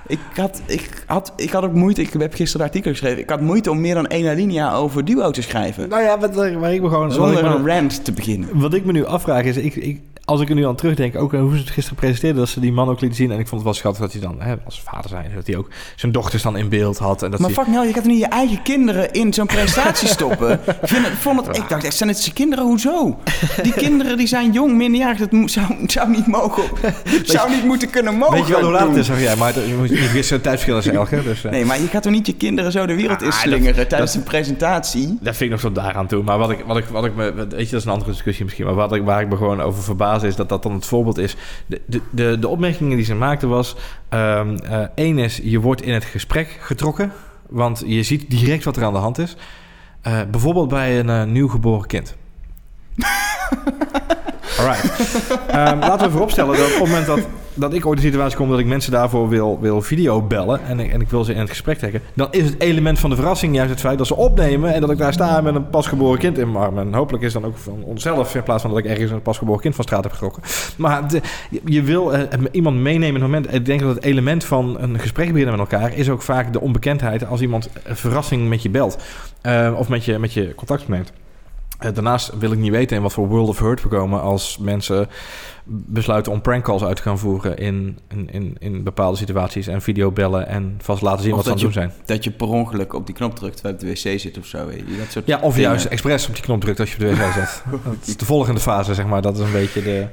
Ik had ook moeite, ik heb gisteren een artikel geschreven... ik had moeite om meer dan 1 alinea over Duo te schrijven.
Nou ja, waar ik me gewoon...
zonder een rant te beginnen.
Wat ik me nu afvraag is... Als ik er nu aan terugdenk, ook hoe ze het gisteren presenteerden... dat ze die man ook lieten zien. En ik vond het wel schattig dat hij dan, als vader zijn... dat hij ook zijn dochters dan in beeld had. En dat
maar fuck nou, je gaat er niet je eigen kinderen in zo'n presentatie stoppen. Ik dacht echt, zijn het zijn kinderen? Hoezo? Die kinderen die zijn jong, minderjarig. Dat zou niet mogen. Zou niet moeten kunnen mogen.
Weet je wel hoe laat het is? Zeg jij, maar je moet niet wisten tijdverschil is elke. Dus,
Nee, maar je gaat toch niet je kinderen zo de wereld in slingeren tijdens een presentatie?
Dat vind ik nog zo daaraan toe. Maar wat ik weet je, dat is een andere discussie misschien. Maar waar ik me gewoon over verbaas is dat dan het voorbeeld is. De opmerkingen die ze maakten was... één is, je wordt in het gesprek getrokken. Want je ziet direct wat er aan de hand is. Bijvoorbeeld bij een nieuwgeboren kind. Alright. Laten we vooropstellen dat op het moment dat... dat ik ooit in de situatie kom dat ik mensen daarvoor wil video bellen en ik wil ze in het gesprek trekken, dan is het element van de verrassing juist het feit dat ze opnemen en dat ik daar sta met een pasgeboren kind in mijn arm. En hopelijk is het dan ook van onszelf in plaats van dat ik ergens een pasgeboren kind van straat heb getrokken. Maar je wil iemand meenemen in het moment. Ik denk dat het element van een gesprek beginnen met elkaar is ook vaak de onbekendheid als iemand een verrassing met je belt of met je contact opneemt. Daarnaast wil ik niet weten in wat voor world of hurt we komen als mensen besluiten om prankcalls uit te gaan voeren in bepaalde situaties en videobellen en vast laten zien wat ze aan het doen zijn.
Dat je per ongeluk op die knop drukt terwijl je op de wc zit of zo. Weet je, dat soort
of
dingen.
juist expres op die knop drukt als je op de wc zit. Dat is de volgende fase, zeg maar. Dat is een beetje de...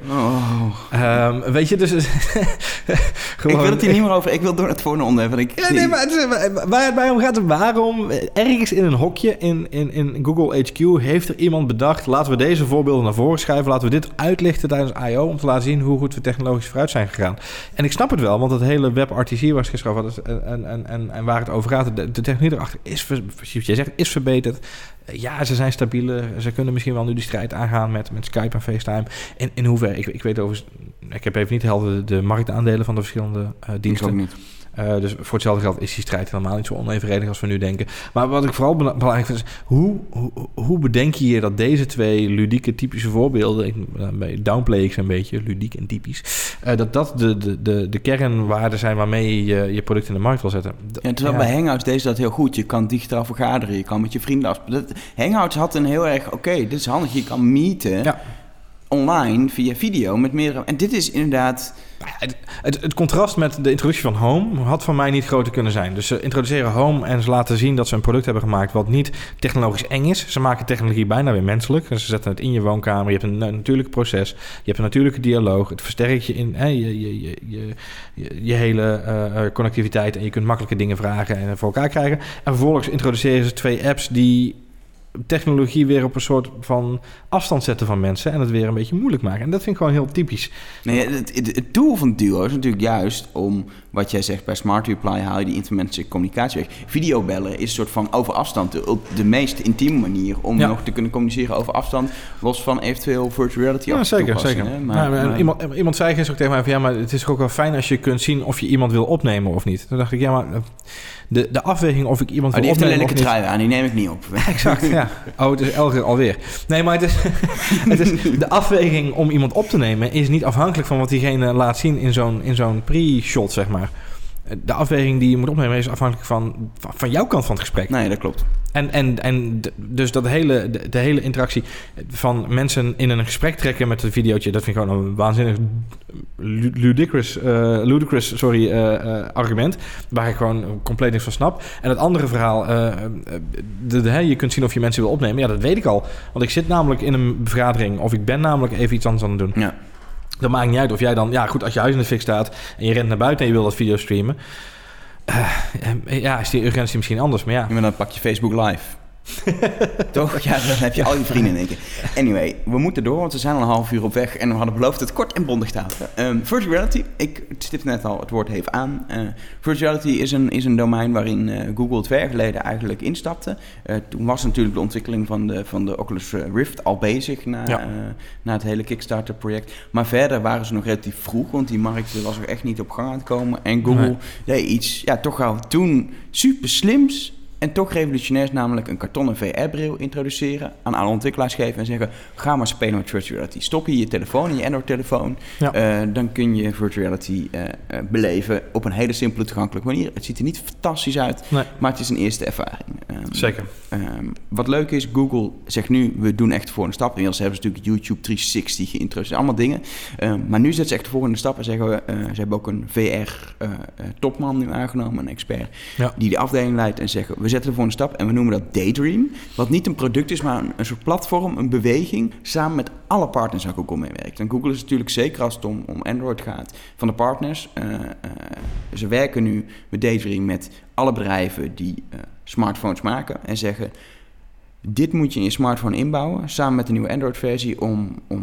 weet je, dus...
gewoon, ik wil het hier niet meer over. Ik wil door het volgende onderwerp.
Maar waar het mij om gaat, waarom ergens in een hokje in Google HQ heeft er iemand bedacht, laten we deze voorbeelden naar voren schuiven, laten we dit uitlichten tijdens I.O. om te laten zien hoe goed we technologisch vooruit zijn gegaan. En ik snap het wel, want het hele WebRTC waar ik gisteren over had en waar het over gaat, de techniek erachter is, zoals jij zegt, is verbeterd. Ja, ze zijn stabieler. Ze kunnen misschien wel nu die strijd aangaan met Skype en FaceTime. In hoeverre, ik weet overigens, ik heb even niet helder de marktaandelen van de verschillende diensten.
Ik ook niet.
Dus voor hetzelfde geld is die strijd helemaal niet zo onevenredig als we nu denken. Maar wat ik vooral belangrijk vind is, hoe bedenk je hier dat deze twee ludieke typische voorbeelden, downplay ik ze een beetje, ludiek en typisch, dat de kernwaarden zijn waarmee je product in de markt wil zetten.
Terwijl bij Hangouts deed dat heel goed. Je kan digitaal vergaderen, je kan met je vrienden afspreken. Hangouts had een heel erg, dit is handig, je kan meeten online via video met meerdere... En dit is inderdaad...
Het contrast met de introductie van Home had van mij niet groter kunnen zijn. Dus ze introduceren Home en ze laten zien dat ze een product hebben gemaakt wat niet technologisch eng is. Ze maken technologie bijna weer menselijk. Ze zetten het in je woonkamer. Je hebt een natuurlijk proces. Je hebt een natuurlijke dialoog. Het versterkt je in je hele connectiviteit. En je kunt makkelijke dingen vragen en voor elkaar krijgen. En vervolgens introduceren ze 2 apps die technologie weer op een soort van afstand zetten van mensen en het weer een beetje moeilijk maken. En dat vind ik gewoon heel typisch.
Nee, het doel van Duo is natuurlijk juist om, wat jij zegt bij Smart Reply, haal je die intermenselijke communicatie weg. Videobellen is een soort van over afstand de meest intieme manier om nog te kunnen communiceren over afstand, los van eventueel virtual reality.
Ja, zeker.
Hè? Maar
iemand zei gisteren ook tegen mij van maar het is ook wel fijn als je kunt zien of je iemand wil opnemen of niet. Toen dacht ik, maar de afweging of ik iemand wil opnemen of niet.
Die heeft een lelijke trui aan, die neem ik niet op.
Exact, ja. Het is Elger alweer. Nee, maar het is de afweging om iemand op te nemen is niet afhankelijk van wat diegene laat zien in zo'n pre-shot, zeg maar. De afweging die je moet opnemen is afhankelijk van jouw kant van het gesprek.
Nee, dat klopt.
En dus dat de hele interactie van mensen in een gesprek trekken met een videootje, dat vind ik gewoon een waanzinnig ludicrous argument, waar ik gewoon compleet niks van snap. En het andere verhaal, je kunt zien of je mensen wil opnemen. Ja, dat weet ik al. Want ik zit namelijk in een vergadering of ik ben namelijk even iets anders aan het doen.
Ja.
Dat maakt niet uit of jij dan... Ja, goed, als je huis in de fik staat en je rent naar buiten en je wil dat video streamen, is die urgentie misschien anders, maar ja.
Maar dan pak je Facebook Live. Toch? Ja, dan heb je al je vrienden in één keer. Anyway, we moeten door, want we zijn al een half uur op weg en we hadden beloofd het kort en bondig te houden. Virtual reality, ik stipte net al het woord even aan. Virtual reality is een domein waarin Google 2 jaar geleden eigenlijk instapte. Toen was natuurlijk de ontwikkeling van de Oculus Rift al bezig na het hele Kickstarter-project. Maar verder waren ze nog relatief vroeg, want die markt was er echt niet op gang aan het komen. En Google deed iets, toch gauw toen super slims. En toch revolutionairs, namelijk een kartonnen VR-bril introduceren, aan alle ontwikkelaars geven en zeggen, ga maar spelen met virtual reality. Stop je telefoon in je Android-telefoon, dan kun je virtual reality beleven op een hele simpele, toegankelijke manier. Het ziet er niet fantastisch uit, maar het is een eerste ervaring.
Zeker.
Wat leuk is, Google zegt nu, we doen echt de volgende stap. Inmiddels hebben ze natuurlijk YouTube 360 geïntroduceerd, allemaal dingen. Maar nu zetten ze echt de volgende stap en zeggen we, ze hebben ook een VR-topman nu aangenomen, een expert, die de afdeling leidt en zeggen, we zetten de volgende stap en we noemen dat Daydream. Wat niet een product is, maar een soort platform, een beweging, samen met alle partners waar Google mee werkt. En Google is natuurlijk, zeker als het om Android gaat, van de partners. Ze werken nu met Daydream met alle bedrijven die smartphones maken en zeggen, dit moet je in je smartphone inbouwen, samen met de nieuwe Android-versie om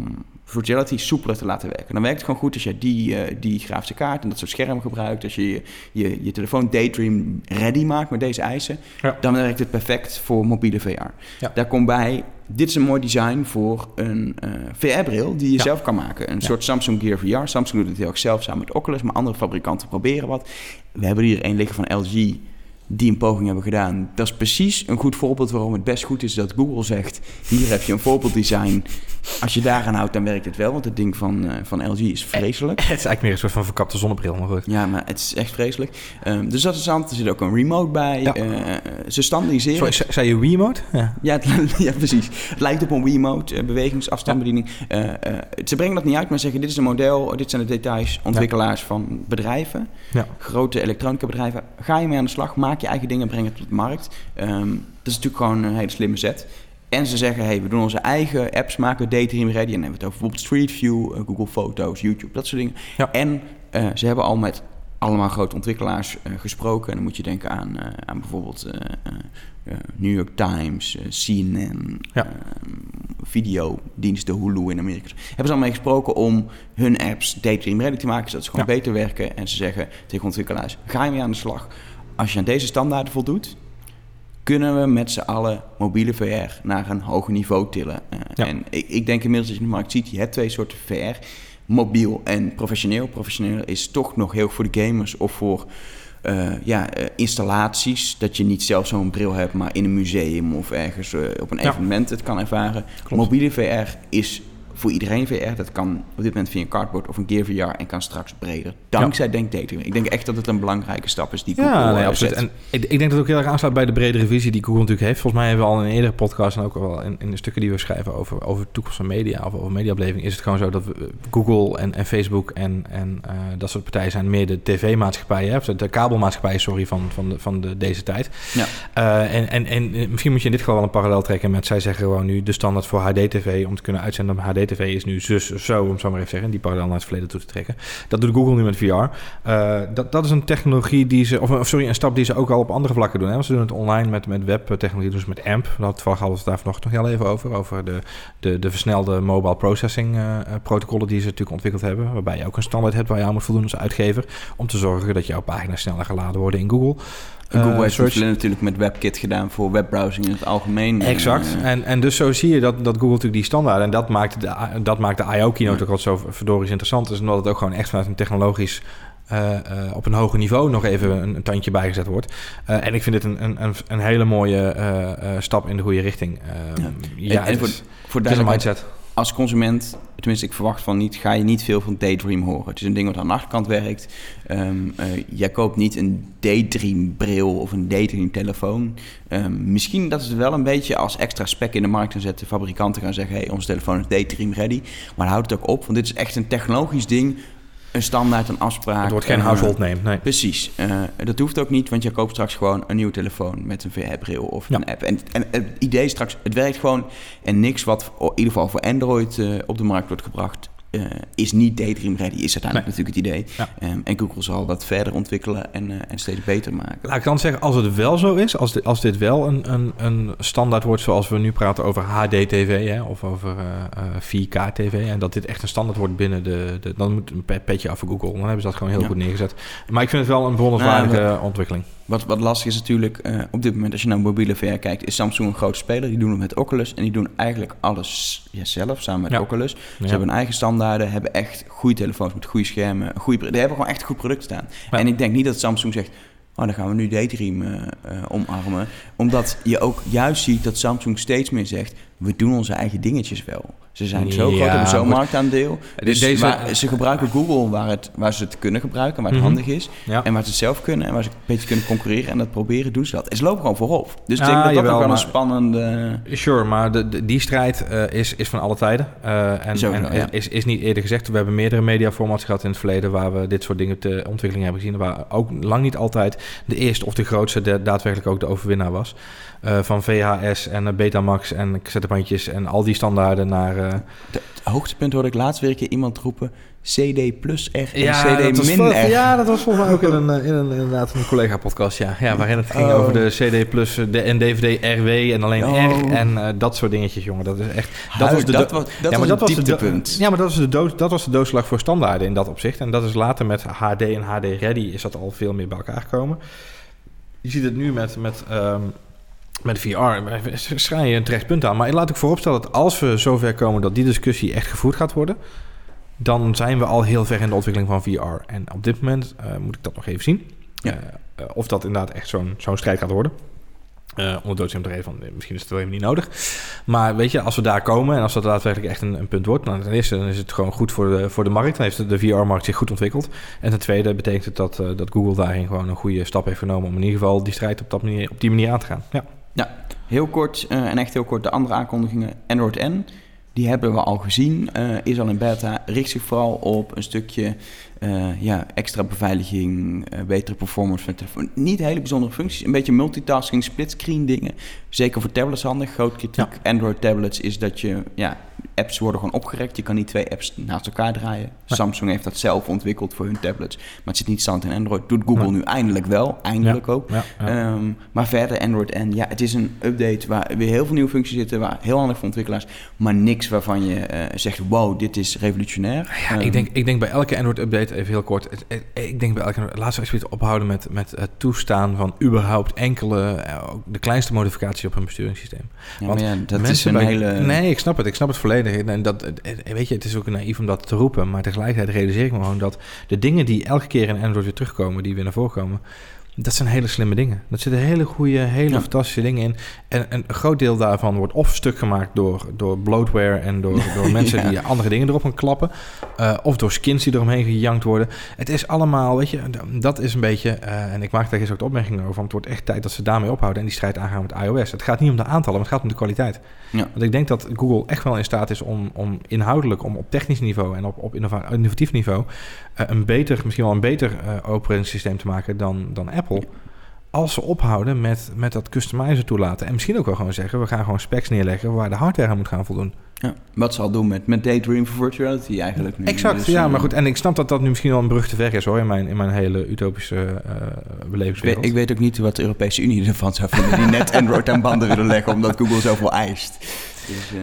reality soepeler te laten werken. Dan werkt het gewoon goed als je die grafische kaart en dat soort schermen gebruikt. Als je je telefoon Daydream ready maakt met deze eisen, dan werkt het perfect voor mobiele VR. Ja. Daar komt bij, dit is een mooi design voor een VR-bril die je zelf kan maken. Een soort Samsung Gear VR. Samsung doet het heel erg zelf samen met Oculus, maar andere fabrikanten proberen wat. We hebben hier een liggen van LG die een poging hebben gedaan. Dat is precies een goed voorbeeld waarom het best goed is dat Google zegt, hier heb je een voorbeelddesign. Als je daaraan houdt, dan werkt het wel, want het ding van LG is vreselijk.
Het is eigenlijk meer een soort van verkapte zonnebril, maar goed.
Ja, maar het is echt vreselijk. Dus dat is interessant. Er zit ook een remote bij. Ja. Ze standaardiseren.
Sorry, zei je Wiimote?
Ja, ja, precies. Het lijkt op een Wiimote, bewegingsafstandsbediening. Ze brengen dat niet uit, maar zeggen, dit is een model, dit zijn de details, ontwikkelaars van bedrijven, grote elektronica bedrijven. Ga je mee aan de slag, maak je eigen dingen, breng het op de markt. Dat is natuurlijk gewoon een hele slimme zet. En ze zeggen, we doen onze eigen apps, maken we Daydream ready. En dan hebben we het over bijvoorbeeld Street View, Google Foto's, YouTube, dat soort dingen. Ja. En ze hebben al met allemaal grote ontwikkelaars gesproken. En dan moet je denken aan bijvoorbeeld New York Times, CNN, videodiensten, Hulu in Amerika. Hebben ze al mee gesproken om hun apps Daydream ready te maken, zodat ze gewoon beter werken. En ze zeggen tegen ontwikkelaars, ga je mee aan de slag. Als je aan deze standaarden voldoet, kunnen we met z'n allen mobiele VR naar een hoger niveau tillen. En ik denk inmiddels dat je in de markt ziet, je hebt twee soorten VR. Mobiel en professioneel. Professioneel is toch nog heel voor de gamers of voor installaties. Dat je niet zelf zo'n bril hebt, maar in een museum of ergens op een evenement het kan ervaren. Klopt. Mobiele VR is voor iedereen VR. Dat kan op dit moment via een cardboard of een Gear VR en kan straks breder. Dankzij Daydream. Ik denk echt dat het een belangrijke stap is die Google
absoluut. En ik denk dat het ook heel erg aansluit bij de bredere visie die Google natuurlijk heeft. Volgens mij hebben we al in een eerdere podcast en ook wel in de stukken die we schrijven over de toekomst van media of over mediabeleving, is het gewoon zo dat Google en Facebook en dat soort partijen zijn meer de tv-maatschappijen, de kabelmaatschappijen, van deze tijd. Ja. En misschien moet je in dit geval wel een parallel trekken met, zij zeggen gewoon nu de standaard voor HD-tv om te kunnen uitzenden op HD-tv is nu zus of zo, om zo maar even te zeggen, die parallel naar het verleden toe te trekken. Dat doet Google nu met VR. Dat is een technologie die ze, een stap die ze ook al op andere vlakken doen. Hè? Want ze doen het online met webtechnologie, dus met AMP. Toevallig hadden we het daar vanochtend nog heel even over de versnelde mobile processing protocollen die ze natuurlijk ontwikkeld hebben, waarbij je ook een standaard hebt waar je aan moet voldoen als uitgever, om te zorgen dat jouw pagina's sneller geladen worden in Google.
Google heeft het natuurlijk met WebKit gedaan voor webbrowsing in het algemeen.
Exact. En dus zo zie je dat Google natuurlijk die standaard, en dat maakt de I.O.-keynote ook al zo verdorie interessant is, omdat het ook gewoon echt vanuit een technologisch op een hoger niveau nog even een tandje bijgezet wordt. En ik vind dit een hele mooie stap in de goede richting.
En voor
het is een mindset.
Als consument, tenminste ik verwacht van niet, ga je niet veel van Daydream horen. Het is een ding wat aan de achterkant werkt. Jij koopt niet een Daydream bril of een Daydream telefoon. Misschien dat ze het wel een beetje als extra spec in de markt gaan zetten. Fabrikanten gaan zeggen, hey, onze telefoon is Daydream ready. Maar houd het ook op, want dit is echt een technologisch ding. Een standaard, een afspraak.
Het wordt geen household name, nee.
Precies. Dat hoeft ook niet, want je koopt straks gewoon een nieuwe telefoon met een VR-bril of een app. En het idee is straks, het werkt gewoon. En niks wat in ieder geval voor Android op de markt wordt gebracht, is niet Daydream ready, is uiteindelijk natuurlijk het idee. Ja. En Google zal dat verder ontwikkelen en steeds beter maken.
Laat ik dan zeggen, als het wel zo is, als dit wel een standaard wordt zoals we nu praten over HD-TV of over 4K-TV, en dat dit echt een standaard wordt binnen dan moet een petje af voor Google. Dan hebben ze dat gewoon heel goed neergezet. Maar ik vind het wel een bewonderenswaardige ontwikkeling.
Wat lastig is natuurlijk, op dit moment als je naar mobiele VR kijkt, is Samsung een grote speler. Die doen het met Oculus en die doen eigenlijk alles zelf samen met Oculus. Ze hebben een eigen standaarden, hebben echt goede telefoons met goede schermen. Die hebben gewoon echt een goed product staan. Ja. En ik denk niet dat Samsung zegt, dan gaan we nu Daydream omarmen. Omdat je ook juist ziet dat Samsung steeds meer zegt, we doen onze eigen dingetjes wel. Ze zijn zo groot, hebben zo'n marktaandeel. Dus ze gebruiken Google waar ze het kunnen gebruiken, waar het handig is. Ja. En waar ze het zelf kunnen en waar ze een beetje kunnen concurreren. En dat proberen doen ze dat. En ze lopen gewoon voorop. Dus ik denk dat ook wel een spannende...
Sure, maar die strijd is van alle tijden. Is niet eerder gezegd. We hebben meerdere mediaformats gehad in het verleden waar we dit soort dingen te ontwikkeling hebben gezien. Waar ook lang niet altijd de eerste of de grootste daadwerkelijk ook de overwinnaar was. Van VHS en Betamax en cassettebandjes en al die standaarden naar...
Het hoogtepunt hoorde ik laatst weer een keer iemand roepen, CD plus R en
Ja,
CD min R.
Ja, dat was volgens mij ook inderdaad een collega-podcast, ja. Waarin het ging over de CD plus en DVD RW en alleen R en dat soort dingetjes, jongen. Dat is echt...
Dat was het dieptepunt.
Ja, maar dat was de doodslag voor standaarden in dat opzicht. En dat is later met HD en HD Ready is dat al veel meer bij elkaar gekomen. Je ziet het nu met VR, schrijf je een terecht punt aan. Maar laat ik vooropstellen dat als we zover komen dat die discussie echt gevoerd gaat worden, dan zijn we al heel ver in de ontwikkeling van VR. En op dit moment moet ik dat nog even zien. Ja. Of dat inderdaad echt zo'n strijd gaat worden. Onder doodsem er even van, misschien is het wel even niet nodig. Maar weet je, als we daar komen en als dat daadwerkelijk echt een punt wordt, dan ten eerste dan is het gewoon goed voor de markt. Dan heeft de VR-markt zich goed ontwikkeld. En ten tweede betekent het dat Google daarin gewoon een goede stap heeft genomen om in ieder geval die strijd op die manier aan te gaan.
Ja, heel kort en echt heel kort de andere aankondigingen. Android N, die hebben we al gezien, is al in beta, richt zich vooral op een stukje extra beveiliging, betere performance van de telefoon. Niet hele bijzondere functies, een beetje multitasking, splitscreen dingen. Zeker voor tablets handig. Groot kritiek Android tablets is dat je, apps worden gewoon opgerekt. Je kan niet 2 apps naast elkaar draaien. Nee. Samsung heeft dat zelf ontwikkeld voor hun tablets. Maar het zit niet standaard in Android. Doet Google nu eindelijk wel. Eindelijk ook. Ja. Maar verder Android N. Ja, het is een update waar weer heel veel nieuwe functies zitten. Waar heel handig voor ontwikkelaars. Maar niks waarvan je zegt, wow, dit is revolutionair.
Ja, ik denk bij elke Android update, even heel kort. Ik denk bij elke, laten we alsjeblieft ophouden met het toestaan van überhaupt enkele, de kleinste modificatie op een besturingssysteem.
Ja, want dat is een hele...
Nee, ik snap het volledig. En weet je, het is ook naïef om dat te roepen, maar tegelijkertijd realiseer ik me gewoon dat de dingen die elke keer in Android weer terugkomen, die weer naar voren komen, dat zijn hele slimme dingen. Dat zitten hele goede, fantastische dingen in. En een groot deel daarvan wordt of stuk gemaakt door bloatware en door mensen die andere dingen erop gaan klappen. Of door skins die eromheen gejankt worden. Het is allemaal, weet je, dat is een beetje, en ik maak daar gisteren ook de opmerking over, want het wordt echt tijd dat ze daarmee ophouden en die strijd aangaan met iOS. Het gaat niet om de aantallen, maar het gaat om de kwaliteit. Ja. Want ik denk dat Google echt wel in staat is om inhoudelijk, om op technisch niveau en op innovatief niveau misschien wel een beter operating te maken dan Apple. Als ze ophouden met dat customizer toelaten. En misschien ook wel gewoon zeggen, we gaan gewoon specs neerleggen waar de hardware aan moet gaan voldoen.
Ja, wat ze al doen met Daydream for Virtuality eigenlijk nu.
Exact, dus, maar goed. En ik snap dat nu misschien wel een brug te ver is hoor, in mijn hele utopische belevingswereld.
Ik weet ook niet wat de Europese Unie ervan zou vinden, die net Android aan banden willen leggen, omdat Google zoveel eist. Dus,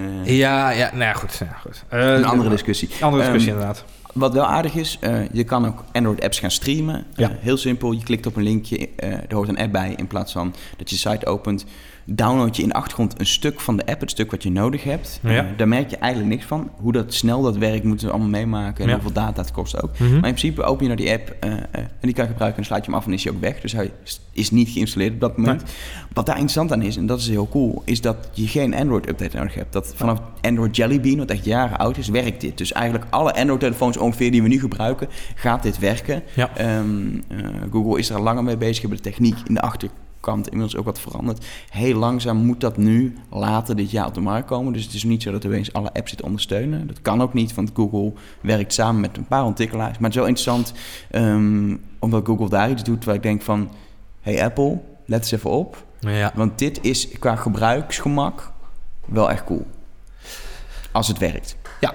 goed.
Een andere discussie.
Inderdaad.
Wat wel aardig is, je kan ook Android-apps gaan streamen. Heel simpel, je klikt op een linkje, er hoort een app bij. In plaats van dat je site opent, download je in de achtergrond een stuk van de app, het stuk wat je nodig hebt. Daar merk je eigenlijk niks van. Hoe snel dat werkt, moeten we allemaal meemaken. En hoeveel data het kost ook. Maar in principe open je naar die app en die kan je gebruiken en sluit je hem af en is hij ook weg. Dus hij is niet geïnstalleerd op dat moment. Nee. Wat daar interessant aan is, en dat is heel cool, is dat je geen Android-update nodig hebt. Dat vanaf Android Jelly Bean, wat echt jaren oud is, werkt dit. Dus eigenlijk alle Android-telefoons ongeveer die we nu gebruiken, gaat dit werken. Ja. Google is er al langer mee bezig, hebben de techniek in de achterkant inmiddels ook wat veranderd. Heel langzaam moet dat nu later dit jaar op de markt komen. Dus het is niet zo dat we eens alle apps dit ondersteunen. Dat kan ook niet, want Google werkt samen met een paar ontwikkelaars. Maar het is wel interessant, omdat Google daar iets doet waar ik denk van, hey Apple, let eens even op. Ja. Want dit is qua gebruiksgemak wel echt cool. Als het werkt.
Ja.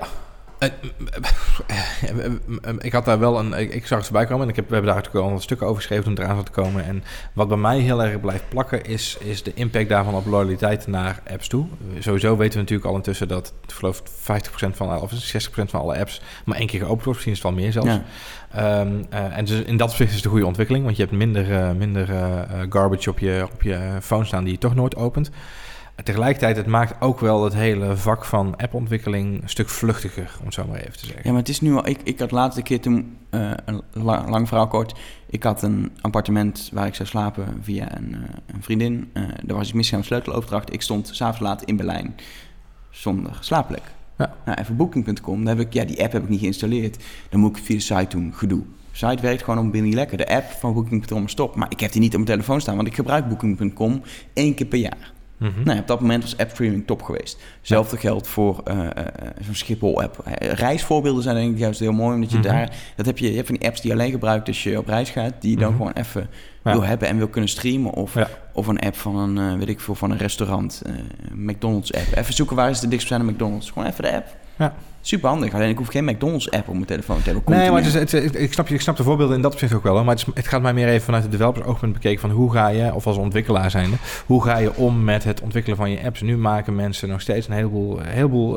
Ik had daar wel ik zag het voorbij komen en we hebben daar ook al wat stukken over geschreven toen het eraan zat te komen. En wat bij mij heel erg blijft plakken is de impact daarvan op loyaliteit naar apps toe. Sowieso weten we natuurlijk al intussen dat, ik geloof 50% of 60% van alle apps maar 1 keer geopend wordt. Misschien is het wel meer zelfs. Ja. En dus in dat opzicht is het een goede ontwikkeling, want je hebt minder garbage op je phone staan die je toch nooit opent. Tegelijkertijd, het maakt ook wel het hele vak van appontwikkeling een stuk vluchtiger, om het zo maar even te zeggen.
Ja, maar het is nu al... Ik had laatste keer toen, een lang verhaal kort, ik had een appartement waar ik zou slapen via een vriendin. Daar was ik misgegaan met sleuteloverdracht. Ik stond 's avonds laat in Berlijn zonder slaapplek. Ja. Nou, even Booking.com, die app heb ik niet geïnstalleerd. Dan moet ik via de site doen, gedoe. De site werkt gewoon op niet lekker. De app van Booking.com is top, maar ik heb die niet op mijn telefoon staan, want ik gebruik Booking.com 1 keer per jaar. Mm-hmm. Nou, op dat moment was app-streaming top geweest. Hetzelfde geldt voor zo'n Schiphol-app. Reisvoorbeelden zijn denk ik juist heel mooi, omdat je je hebt van die apps die je alleen gebruikt als je op reis gaat, die je dan gewoon even wil hebben en wil kunnen streamen. Of een app van een restaurant, McDonald's-app. Even zoeken waar is de dichtstbijzijnde McDonald's. Gewoon even de app. Ja. super handig. Alleen ik hoef geen McDonald's-app op mijn telefoon te hebben.
Nee, maar ik snap de voorbeelden in dat opzicht ook wel. Hoor. Maar het gaat mij meer even vanuit het developers-oogpunt bekeken van hoe ga je, of als ontwikkelaar zijnde, hoe ga je om met het ontwikkelen van je apps? Nu maken mensen nog steeds een heleboel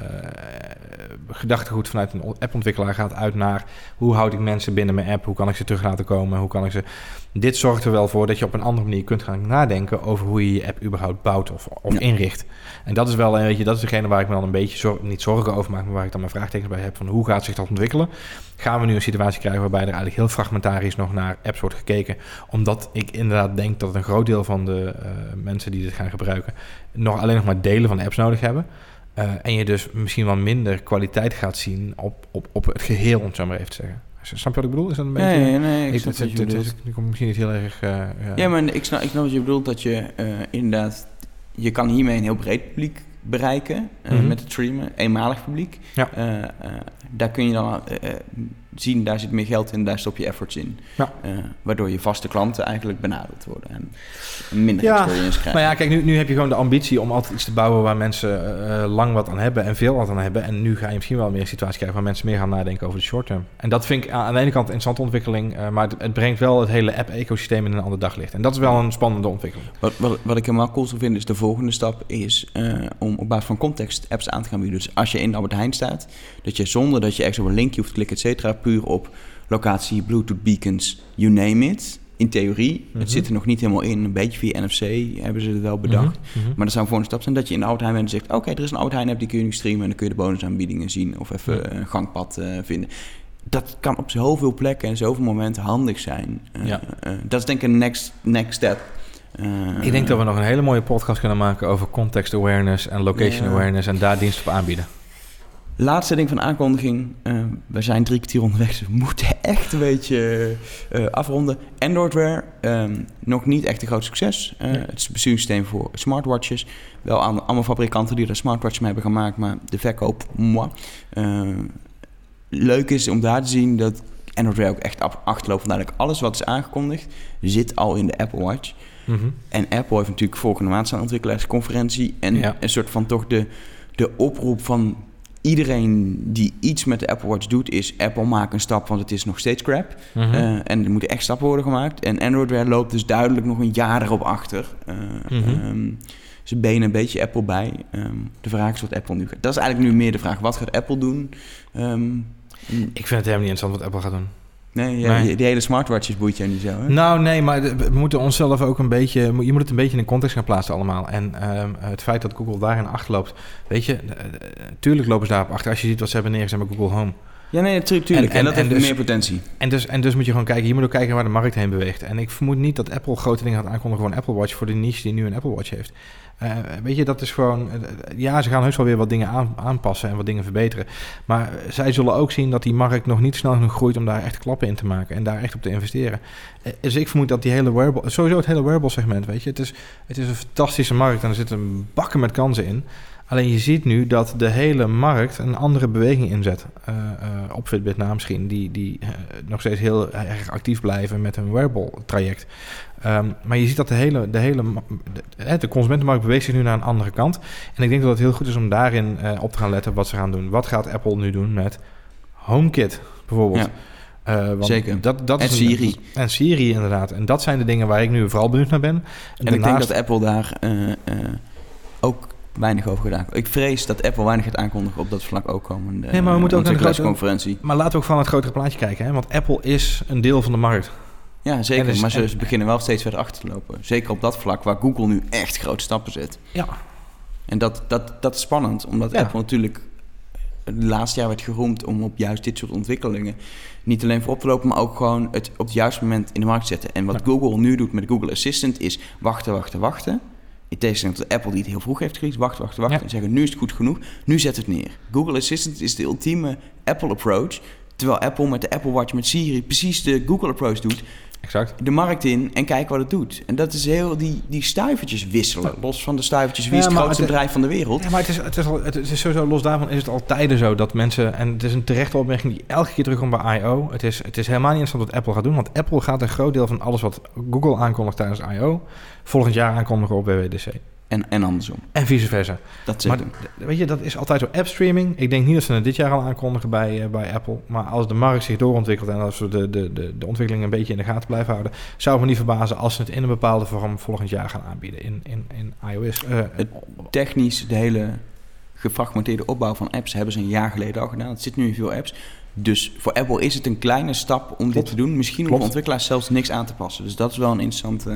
gedachtegoed vanuit een appontwikkelaar gaat uit naar hoe houd ik mensen binnen mijn app? Hoe kan ik ze terug laten komen? Hoe kan ik ze... Dit zorgt er wel voor dat je op een andere manier kunt gaan nadenken over hoe je je app überhaupt bouwt of inricht. En dat is wel, weet je, dat is degene waar ik me dan een beetje niet zorgen over maak, maar waar ik dan mijn vraagtekens bij heb van hoe gaat zich dat ontwikkelen? Gaan we nu een situatie krijgen waarbij er eigenlijk heel fragmentarisch nog naar apps wordt gekeken, omdat ik inderdaad denk dat een groot deel van de mensen die dit gaan gebruiken alleen nog maar delen van de apps nodig hebben. En je dus misschien wel minder kwaliteit gaat zien op het geheel, om het zo maar even te zeggen. Snap je wat ik bedoel? Is dat een beetje...
Nee, ik snap wat je bedoelt.
Ik kom misschien niet heel erg...
Ja, maar ik snap wat je bedoelt, dat je inderdaad... Je kan hiermee een heel breed publiek bereiken met het streamen. Eenmalig publiek.
Ja.
Daar kun je dan zien, daar zit meer geld in, daar stop je efforts in. Ja. Waardoor je vaste klanten eigenlijk benaderd worden en minder experience krijgen.
Maar ja, kijk, nu heb je gewoon de ambitie om altijd iets te bouwen waar mensen lang wat aan hebben en veel wat aan hebben. En nu ga je misschien wel meer een situatie krijgen waar mensen meer gaan nadenken over de short term. En dat vind ik aan de ene kant een interessante ontwikkeling, maar het brengt wel het hele app-ecosysteem in een ander daglicht. En dat is wel een spannende ontwikkeling.
Wat ik helemaal cool zou vinden is de volgende stap is om op basis van context apps aan te gaan bieden. Dus als je in Albert Heijn staat, dat je zonder dat je ergens op een linkje hoeft te klikken, et cetera, puur op locatie, Bluetooth beacons, you name it. In theorie, het zit er nog niet helemaal in. Een beetje via NFC hebben ze het wel bedacht. Maar dat zou een volgende stap zijn dat je in de Albert Heijn bent en zegt, oké, er is een Albert Heijn app, die kun je nu streamen en dan kun je de bonusaanbiedingen zien of even een gangpad vinden. Dat kan op zoveel plekken en zoveel momenten handig zijn. Dat is denk ik een next step.
Ik denk dat we nog een hele mooie podcast kunnen maken over context awareness en location awareness en daar dienst op aanbieden.
Laatste ding van aankondiging. We zijn 3 kwartier onderweg, dus we moeten echt een beetje afronden. Android Wear, nog niet echt een groot succes. Het is een besturingssysteem voor smartwatches. Wel allemaal fabrikanten die er smartwatches mee hebben gemaakt, maar de verkoop, moi. Leuk is om daar te zien dat Android Wear ook echt achterloopt. Van eigenlijk alles wat is aangekondigd, zit al in de Apple Watch. En Apple heeft natuurlijk volgende maand zijn ontwikkelaarsconferentie. En een soort van toch de oproep van iedereen die iets met de Apple Watch doet, is Apple maakt een stap, want het is nog steeds crap. En er moeten echt stappen worden gemaakt. En Android Wear loopt dus duidelijk nog een jaar erop achter. Ze benen een beetje Apple bij. De vraag is wat Apple nu gaat. Dat is eigenlijk nu meer de vraag. Wat gaat Apple doen?
Ik vind het helemaal niet interessant wat Apple gaat doen.
Nee. Die hele smartwatches boeit je niet zo, hè?
Nou, nee, maar we moeten onszelf ook een beetje... Je moet het een beetje in een context gaan plaatsen allemaal. En het feit dat Google daarin achterloopt... Weet je, tuurlijk lopen ze daarop achter. Als je ziet wat ze hebben neergezet met Google Home.
Ja, nee, natuurlijk. En dat heeft dus meer potentie.
En dus moet je gewoon kijken... Je moet ook kijken waar de markt heen beweegt. En ik vermoed niet dat Apple grote dingen gaat aankondigen voor een Apple Watch... voor de niche die nu een Apple Watch heeft. Weet je, dat is gewoon... Ja, ze gaan heus wel weer wat dingen aanpassen en wat dingen verbeteren. Maar zij zullen ook zien dat die markt nog niet snel genoeg groeit... om daar echt klappen in te maken en daar echt op te investeren. Dus ik vermoed dat die hele wearable... Sowieso het hele wearable segment, weet je. Het is een fantastische markt en er zitten bakken met kansen in... Alleen je ziet nu dat de hele markt een andere beweging inzet. Op Fitbit na misschien, die nog steeds heel erg actief blijven met hun wearable traject. Maar je ziet dat de consumentenmarkt beweegt zich nu naar een andere kant. En ik denk dat het heel goed is om daarin op te gaan letten wat ze gaan doen. Wat gaat Apple nu doen met HomeKit bijvoorbeeld?
Ja. Zeker.
Dat
en
is
Siri.
En Siri inderdaad. En dat zijn de dingen waar ik nu vooral benieuwd naar ben.
En ik denk dat Apple daar ook weinig over gedaan. Ik vrees dat Apple weinig gaat aankondigen op dat vlak ook komende.
Nee, maar we moeten ook naar de grote
conferentie.
Maar laten we ook van het grotere plaatje kijken, hè? Want Apple is een deel van de markt.
Ja, zeker. Dus, maar ze beginnen wel steeds verder achter te lopen. Zeker op dat vlak waar Google nu echt grote stappen zet.
Ja.
En dat is spannend, omdat Apple natuurlijk het laatste jaar werd geroemd om op juist dit soort ontwikkelingen niet alleen voor op te lopen, maar ook gewoon het op het juiste moment in de markt zetten. En wat Google nu doet met Google Assistant is wachten. In tegenstelling tot Apple die het heel vroeg heeft gereden. Wachten. En zeggen, nu is het goed genoeg. Nu zet het neer. Google Assistant is de ultieme Apple approach. Terwijl Apple met de Apple Watch, met Siri, precies de Google approach doet.
Exact.
De markt in en kijken wat het doet. En dat is heel die stuivertjes wisselen. Los van de stuivertjes, wie is het grootste bedrijf van de wereld?
Ja, maar het is sowieso los daarvan is het altijd zo dat mensen... En het is een terechte opmerking die elke keer terugkomt bij I.O. Het is helemaal niet interessant wat Apple gaat doen. Want Apple gaat een groot deel van alles wat Google aankondigt tijdens I.O. volgend jaar aankondigen op WWDC.
En andersom.
En vice versa.
Dat
Maar weet je, dat is altijd zo. App-streaming, ik denk niet dat ze het dit jaar al aankondigen bij Apple. Maar als de markt zich doorontwikkelt en als we de ontwikkeling een beetje in de gaten blijven houden, zou het me niet verbazen als ze het in een bepaalde vorm volgend jaar gaan aanbieden in iOS.
Technisch, de hele gefragmenteerde opbouw van apps hebben ze een jaar geleden al gedaan. Het zit nu in veel apps. Dus voor Apple is het een kleine stap om dit te doen. Misschien hoeven ontwikkelaars zelfs niks aan te passen. Dus dat is wel een interessante...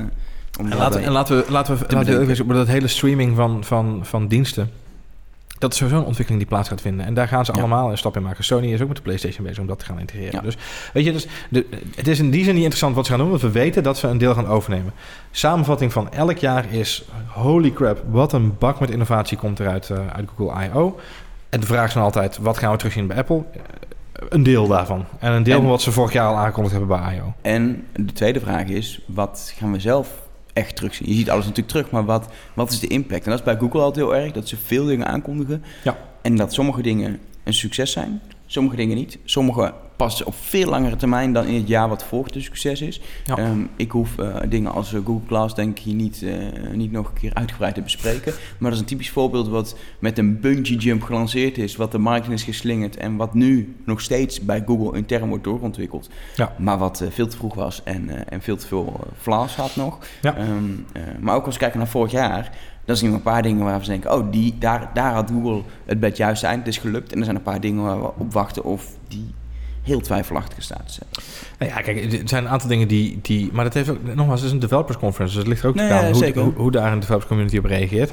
Laten we dat hele streaming van diensten, dat is sowieso een ontwikkeling die plaats gaat vinden. En daar gaan ze allemaal een stap in maken. Sony is ook met de PlayStation bezig om dat te gaan integreren. Ja. Dus weet je, het is in die zin niet interessant wat ze gaan doen, want we weten dat ze een deel gaan overnemen. Samenvatting van elk jaar is, holy crap, wat een bak met innovatie komt eruit uit Google I.O. En de vraag is dan altijd, wat gaan we terugzien bij Apple? Een deel daarvan. En een deel van wat ze vorig jaar al aangekondigd hebben bij I.O.
En de tweede vraag is, wat gaan we zelf echt terugzien? Je ziet alles natuurlijk terug, maar wat is de impact? En dat is bij Google altijd heel erg, dat ze veel dingen aankondigen. Ja. En dat sommige dingen een succes zijn, sommige dingen niet. Sommige pas op veel langere termijn dan in het jaar wat volgt een succes is. Ja. Ik hoef dingen als Google Glass denk ik hier niet nog een keer uitgebreid te bespreken. Maar dat is een typisch voorbeeld wat met een bungee jump gelanceerd is, wat de markt in is geslingerd en wat nu nog steeds bij Google intern wordt doorontwikkeld. Ja. Maar wat veel te vroeg was en veel te veel flaws had nog. Ja. Maar ook als we kijken naar vorig jaar, dan zijn er een paar dingen waar we denken, daar had Google het bij het juiste eind, het is gelukt. En er zijn een paar dingen waar we op wachten of die heel twijfelachtige status hebben.
Nou ja, kijk, er zijn een aantal dingen die maar dat heeft ook, nogmaals, het is een developers conference, dus het ligt er ook aan hoe daar een developers community op reageert.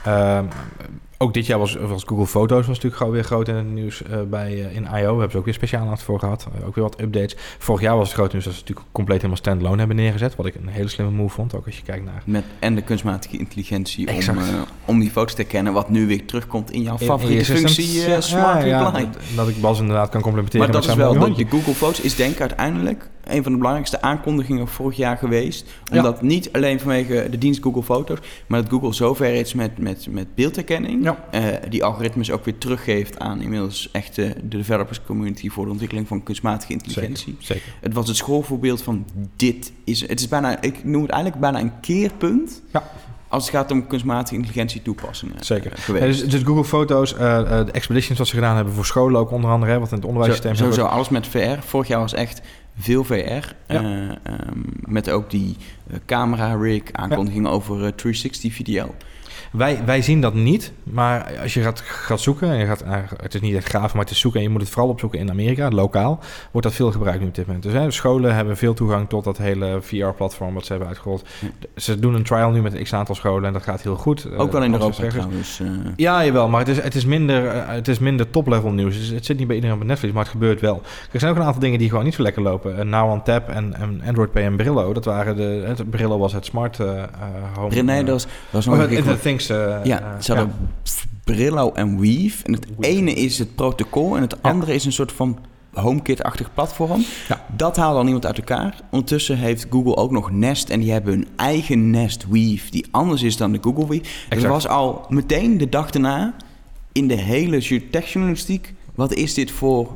Ook dit jaar was Google Foto's was natuurlijk gewoon weer groot in het nieuws in I.O. Hebben ze ook weer speciaal aandacht voor gehad. Ook weer wat updates. Vorig jaar was het groot nieuws dat ze natuurlijk compleet helemaal standalone hebben neergezet. Wat ik een hele slimme move vond, ook als je kijkt naar...
En de kunstmatige intelligentie om die foto's te kennen, wat nu weer terugkomt in jouw favoriete functie, Smart Reply.
Dat ik Bas inderdaad kan complementeren.
Maar dat is wel, de Google Foto's is denk ik uiteindelijk een van de belangrijkste aankondigingen vorig jaar geweest. Omdat niet alleen vanwege de dienst Google Foto's, maar dat Google zover is met beeldherkenning. Ja. Die algoritmes ook weer teruggeeft aan inmiddels echt de developers community voor de ontwikkeling van kunstmatige intelligentie.
Zeker.
Het was het schoolvoorbeeld van het is bijna, ik noem het eigenlijk bijna een keerpunt. Ja. Als het gaat om kunstmatige intelligentie toepassingen.
Zeker. Dus Google Foto's, de expeditions wat ze gedaan hebben voor scholen ook onder andere, wat in het onderwijssysteem...
Sowieso alles met VR. Vorig jaar was echt veel VR. Ja. Met ook die camera rig aankondigingen over 360 video.
Wij zien dat niet, maar als je gaat zoeken, en het is niet echt gaaf, maar het is zoeken en je moet het vooral opzoeken in Amerika, lokaal, wordt dat veel gebruikt nu op dit moment. Dus scholen hebben veel toegang tot dat hele VR-platform wat ze hebben uitgerold. Ze doen een trial nu met een x-aantal scholen en dat gaat heel goed.
Ook wel in Europa trouwens.
Ja, jawel, maar het is minder top-level nieuws. Dus het zit niet bij iedereen op het netvlies, maar het gebeurt wel. Er zijn ook een aantal dingen die gewoon niet zo lekker lopen. Now on Tap en Android Pay en Brillo, dat waren Brillo was het smart home.
Nee, dat was nog
een Things.
Ze hadden Brillo en Weave. En het ene is het protocol en het andere is een soort van HomeKit-achtig platform. Ja. Dat haalt al niemand uit elkaar. Ondertussen heeft Google ook nog Nest en die hebben hun eigen Nest Weave die anders is dan de Google Weave. Dus dat was al meteen de dag daarna in de hele techjournalistiek. Wat is dit voor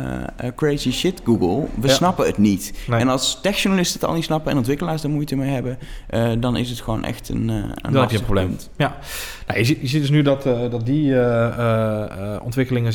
crazy shit, Google? We snappen het niet. Nee. En als techjournalisten het al niet snappen en ontwikkelaars er moeite mee hebben, dan is het gewoon echt een
dan heb je een probleem. Ja. Nou, je ziet dus nu dat die ontwikkelingen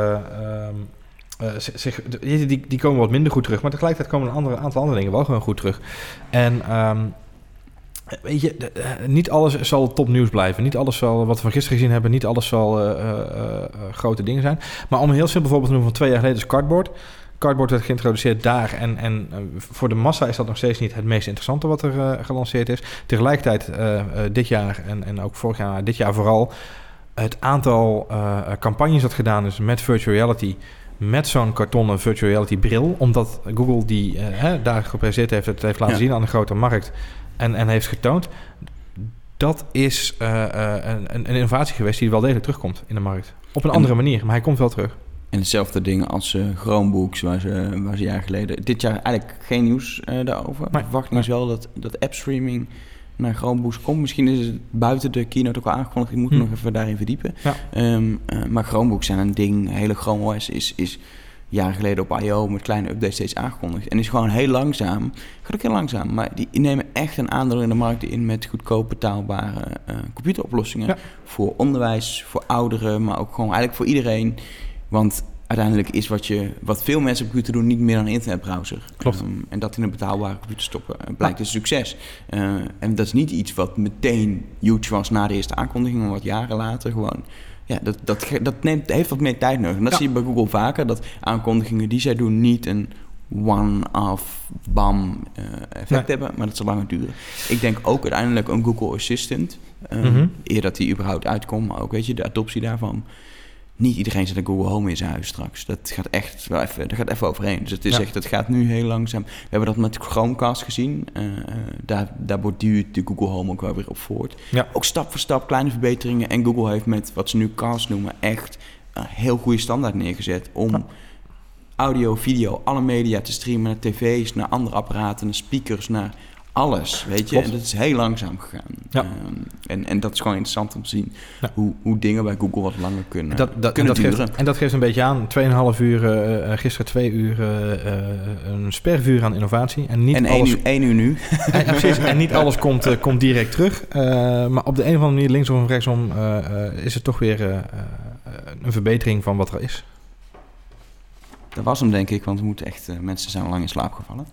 die komen wat minder goed terug. Maar tegelijkertijd komen een aantal andere dingen wel gewoon goed terug. En... weet je, niet alles zal topnieuws blijven. Niet alles zal, wat we gisteren gezien hebben, niet alles zal grote dingen zijn. Maar om een heel simpel voorbeeld te noemen van 2 jaar geleden is Cardboard. Cardboard werd geïntroduceerd daar en voor de massa is dat nog steeds niet het meest interessante wat er gelanceerd is. Tegelijkertijd dit jaar en ook vorig jaar, dit jaar vooral, het aantal campagnes dat gedaan is met virtual reality, met zo'n kartonnen virtual reality bril, omdat Google die daar gepresenteerd heeft, het heeft laten zien aan de grote markt. En heeft getoond, dat is een innovatie geweest die wel degelijk terugkomt in de markt. Op een andere manier, maar hij komt wel terug.
En hetzelfde dingen als Chromebooks, waar ze een jaar geleden... Dit jaar eigenlijk geen nieuws daarover. Maar verwachting is wel dat appstreaming naar Chromebooks komt. Misschien is het buiten de keynote ook al aangekondigd. Ik moet nog even daarin verdiepen. Ja. Maar Chromebooks zijn een ding. Hele Chrome OS is jaren geleden op I.O. met kleine updates steeds aangekondigd. En is gewoon heel langzaam. Gaat ook heel langzaam. Maar die nemen echt een aandeel in de markt in met goedkoop betaalbare computeroplossingen. Ja. Voor onderwijs, voor ouderen, maar ook gewoon eigenlijk voor iedereen. Want uiteindelijk is wat veel mensen op computer doen niet meer dan een internetbrowser.
Klopt.
En dat in een betaalbare computer stoppen blijkt een succes. En dat is niet iets wat meteen huge was na de eerste aankondiging, maar wat jaren later gewoon. Ja, heeft wat meer tijd nodig. En dat zie je bij Google vaker, dat aankondigingen die zij doen niet een one-off bam effect hebben, maar dat zal langer duren. Ik denk ook uiteindelijk een Google Assistant, eer dat die überhaupt uitkomt, maar ook de adoptie daarvan. Niet iedereen zet een Google Home in zijn huis straks. Dat gaat echt wel even overheen. Dus het is echt, het gaat nu heel langzaam. We hebben dat met Chromecast gezien. Daar borduurt de Google Home ook wel weer op voort. Ja. Ook stap voor stap kleine verbeteringen. En Google heeft met wat ze nu Cast noemen echt een heel goede standaard neergezet om audio, video, alle media te streamen naar tv's, naar andere apparaten, naar speakers, naar alles, weet je. En dat is heel langzaam gegaan. Ja. En dat is gewoon interessant om te zien hoe dingen bij Google wat langer kunnen duren.
En dat geeft een beetje aan. 2,5 uur, gisteren 2 uur, een spervuur aan innovatie. En
1 uur nu.
Precies, en niet alles komt direct terug. Maar op de een of andere manier, linksom of rechtsom, is het toch weer een verbetering van wat er is.
Dat was hem, denk ik, want we moeten echt... mensen zijn al lang in slaap gevallen.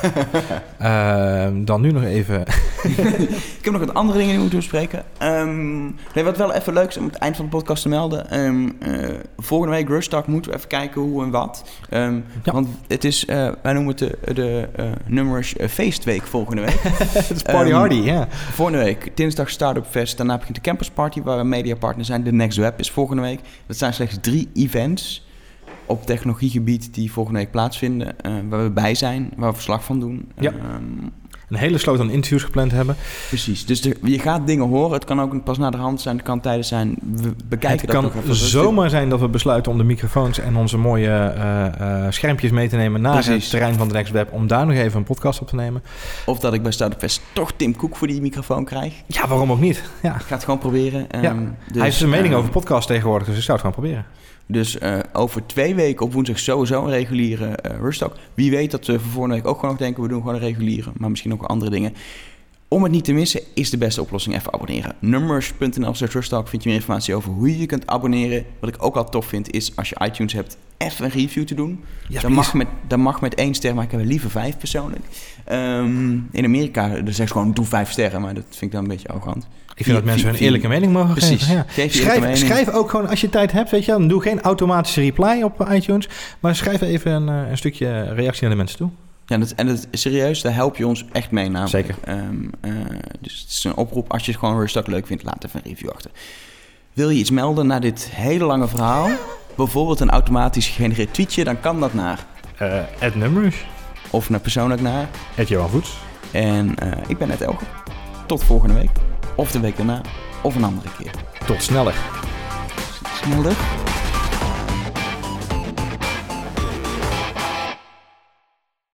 Ja. Dan nu nog even...
Ik heb nog wat andere dingen die we moeten bespreken. Wat wel even leuk is om het eind van de podcast te melden. Volgende week Rushtalk moeten we even kijken hoe en wat. Want het is... wij noemen het de Numerous Feestweek volgende week.
Het is party hardy, ja.
Volgende week, dinsdag Startup Fest. Daarna begint de Campus Party, waar we mediapartner zijn. De Next Web is volgende week. Dat zijn slechts 3 events op technologiegebied die volgende week plaatsvinden, waar we bij zijn, waar we verslag van doen.
Ja. Een hele sloot aan interviews gepland hebben.
Precies, dus je gaat dingen horen. Het kan ook pas naar de hand zijn, het kan tijdens zijn. We bekijken dat nog even.
Het kan zomaar zijn dat we besluiten om de microfoons en onze mooie schermpjes mee te nemen naar het terrein van de Next Web, om daar nog even een podcast op te nemen.
Of dat ik bij Startup Fest toch Tim Cook voor die microfoon krijg.
Ja, waarom ook niet? Ja.
Ik ga het gewoon proberen.
Dus, hij heeft zijn mening over podcast tegenwoordig, dus ik zou het gewoon proberen.
Dus over 2 weken op woensdag sowieso een reguliere Rushtalk. Wie weet dat we voor volgende week ook gewoon nog denken, we doen gewoon een reguliere, maar misschien ook andere dingen. Om het niet te missen is de beste oplossing even abonneren. Numbers.nl/Rushtalk vind je meer informatie over hoe je je kunt abonneren. Wat ik ook al tof vind is als je iTunes hebt, even een review te doen. Ja, dat mag met 1 ster, maar ik heb liever 5 persoonlijk. In Amerika zeggen ze gewoon doe 5 sterren, maar dat vind ik dan een beetje arrogant.
Ik vind dat mensen hun eerlijke mening mogen geven. Ja. Schrijf ook gewoon, als je tijd hebt, weet je, dan doe geen automatische reply op iTunes, maar schrijf even een stukje reactie naar de mensen toe.
Ja, en dat serieus, daar help je ons echt mee namelijk.
Zeker.
Dus het is een oproep, als je het gewoon Rushtalk leuk vindt, laat even een review achter. Wil je iets melden na dit hele lange verhaal? Bijvoorbeeld een automatisch gegenereerd tweetje, dan kan dat naar
@numbers.
Of naar persoonlijk naar
@Johan Voets.
En ik ben Elke. Tot volgende week. Of de week daarna. Of een andere keer.
Tot sneller.
Sneller.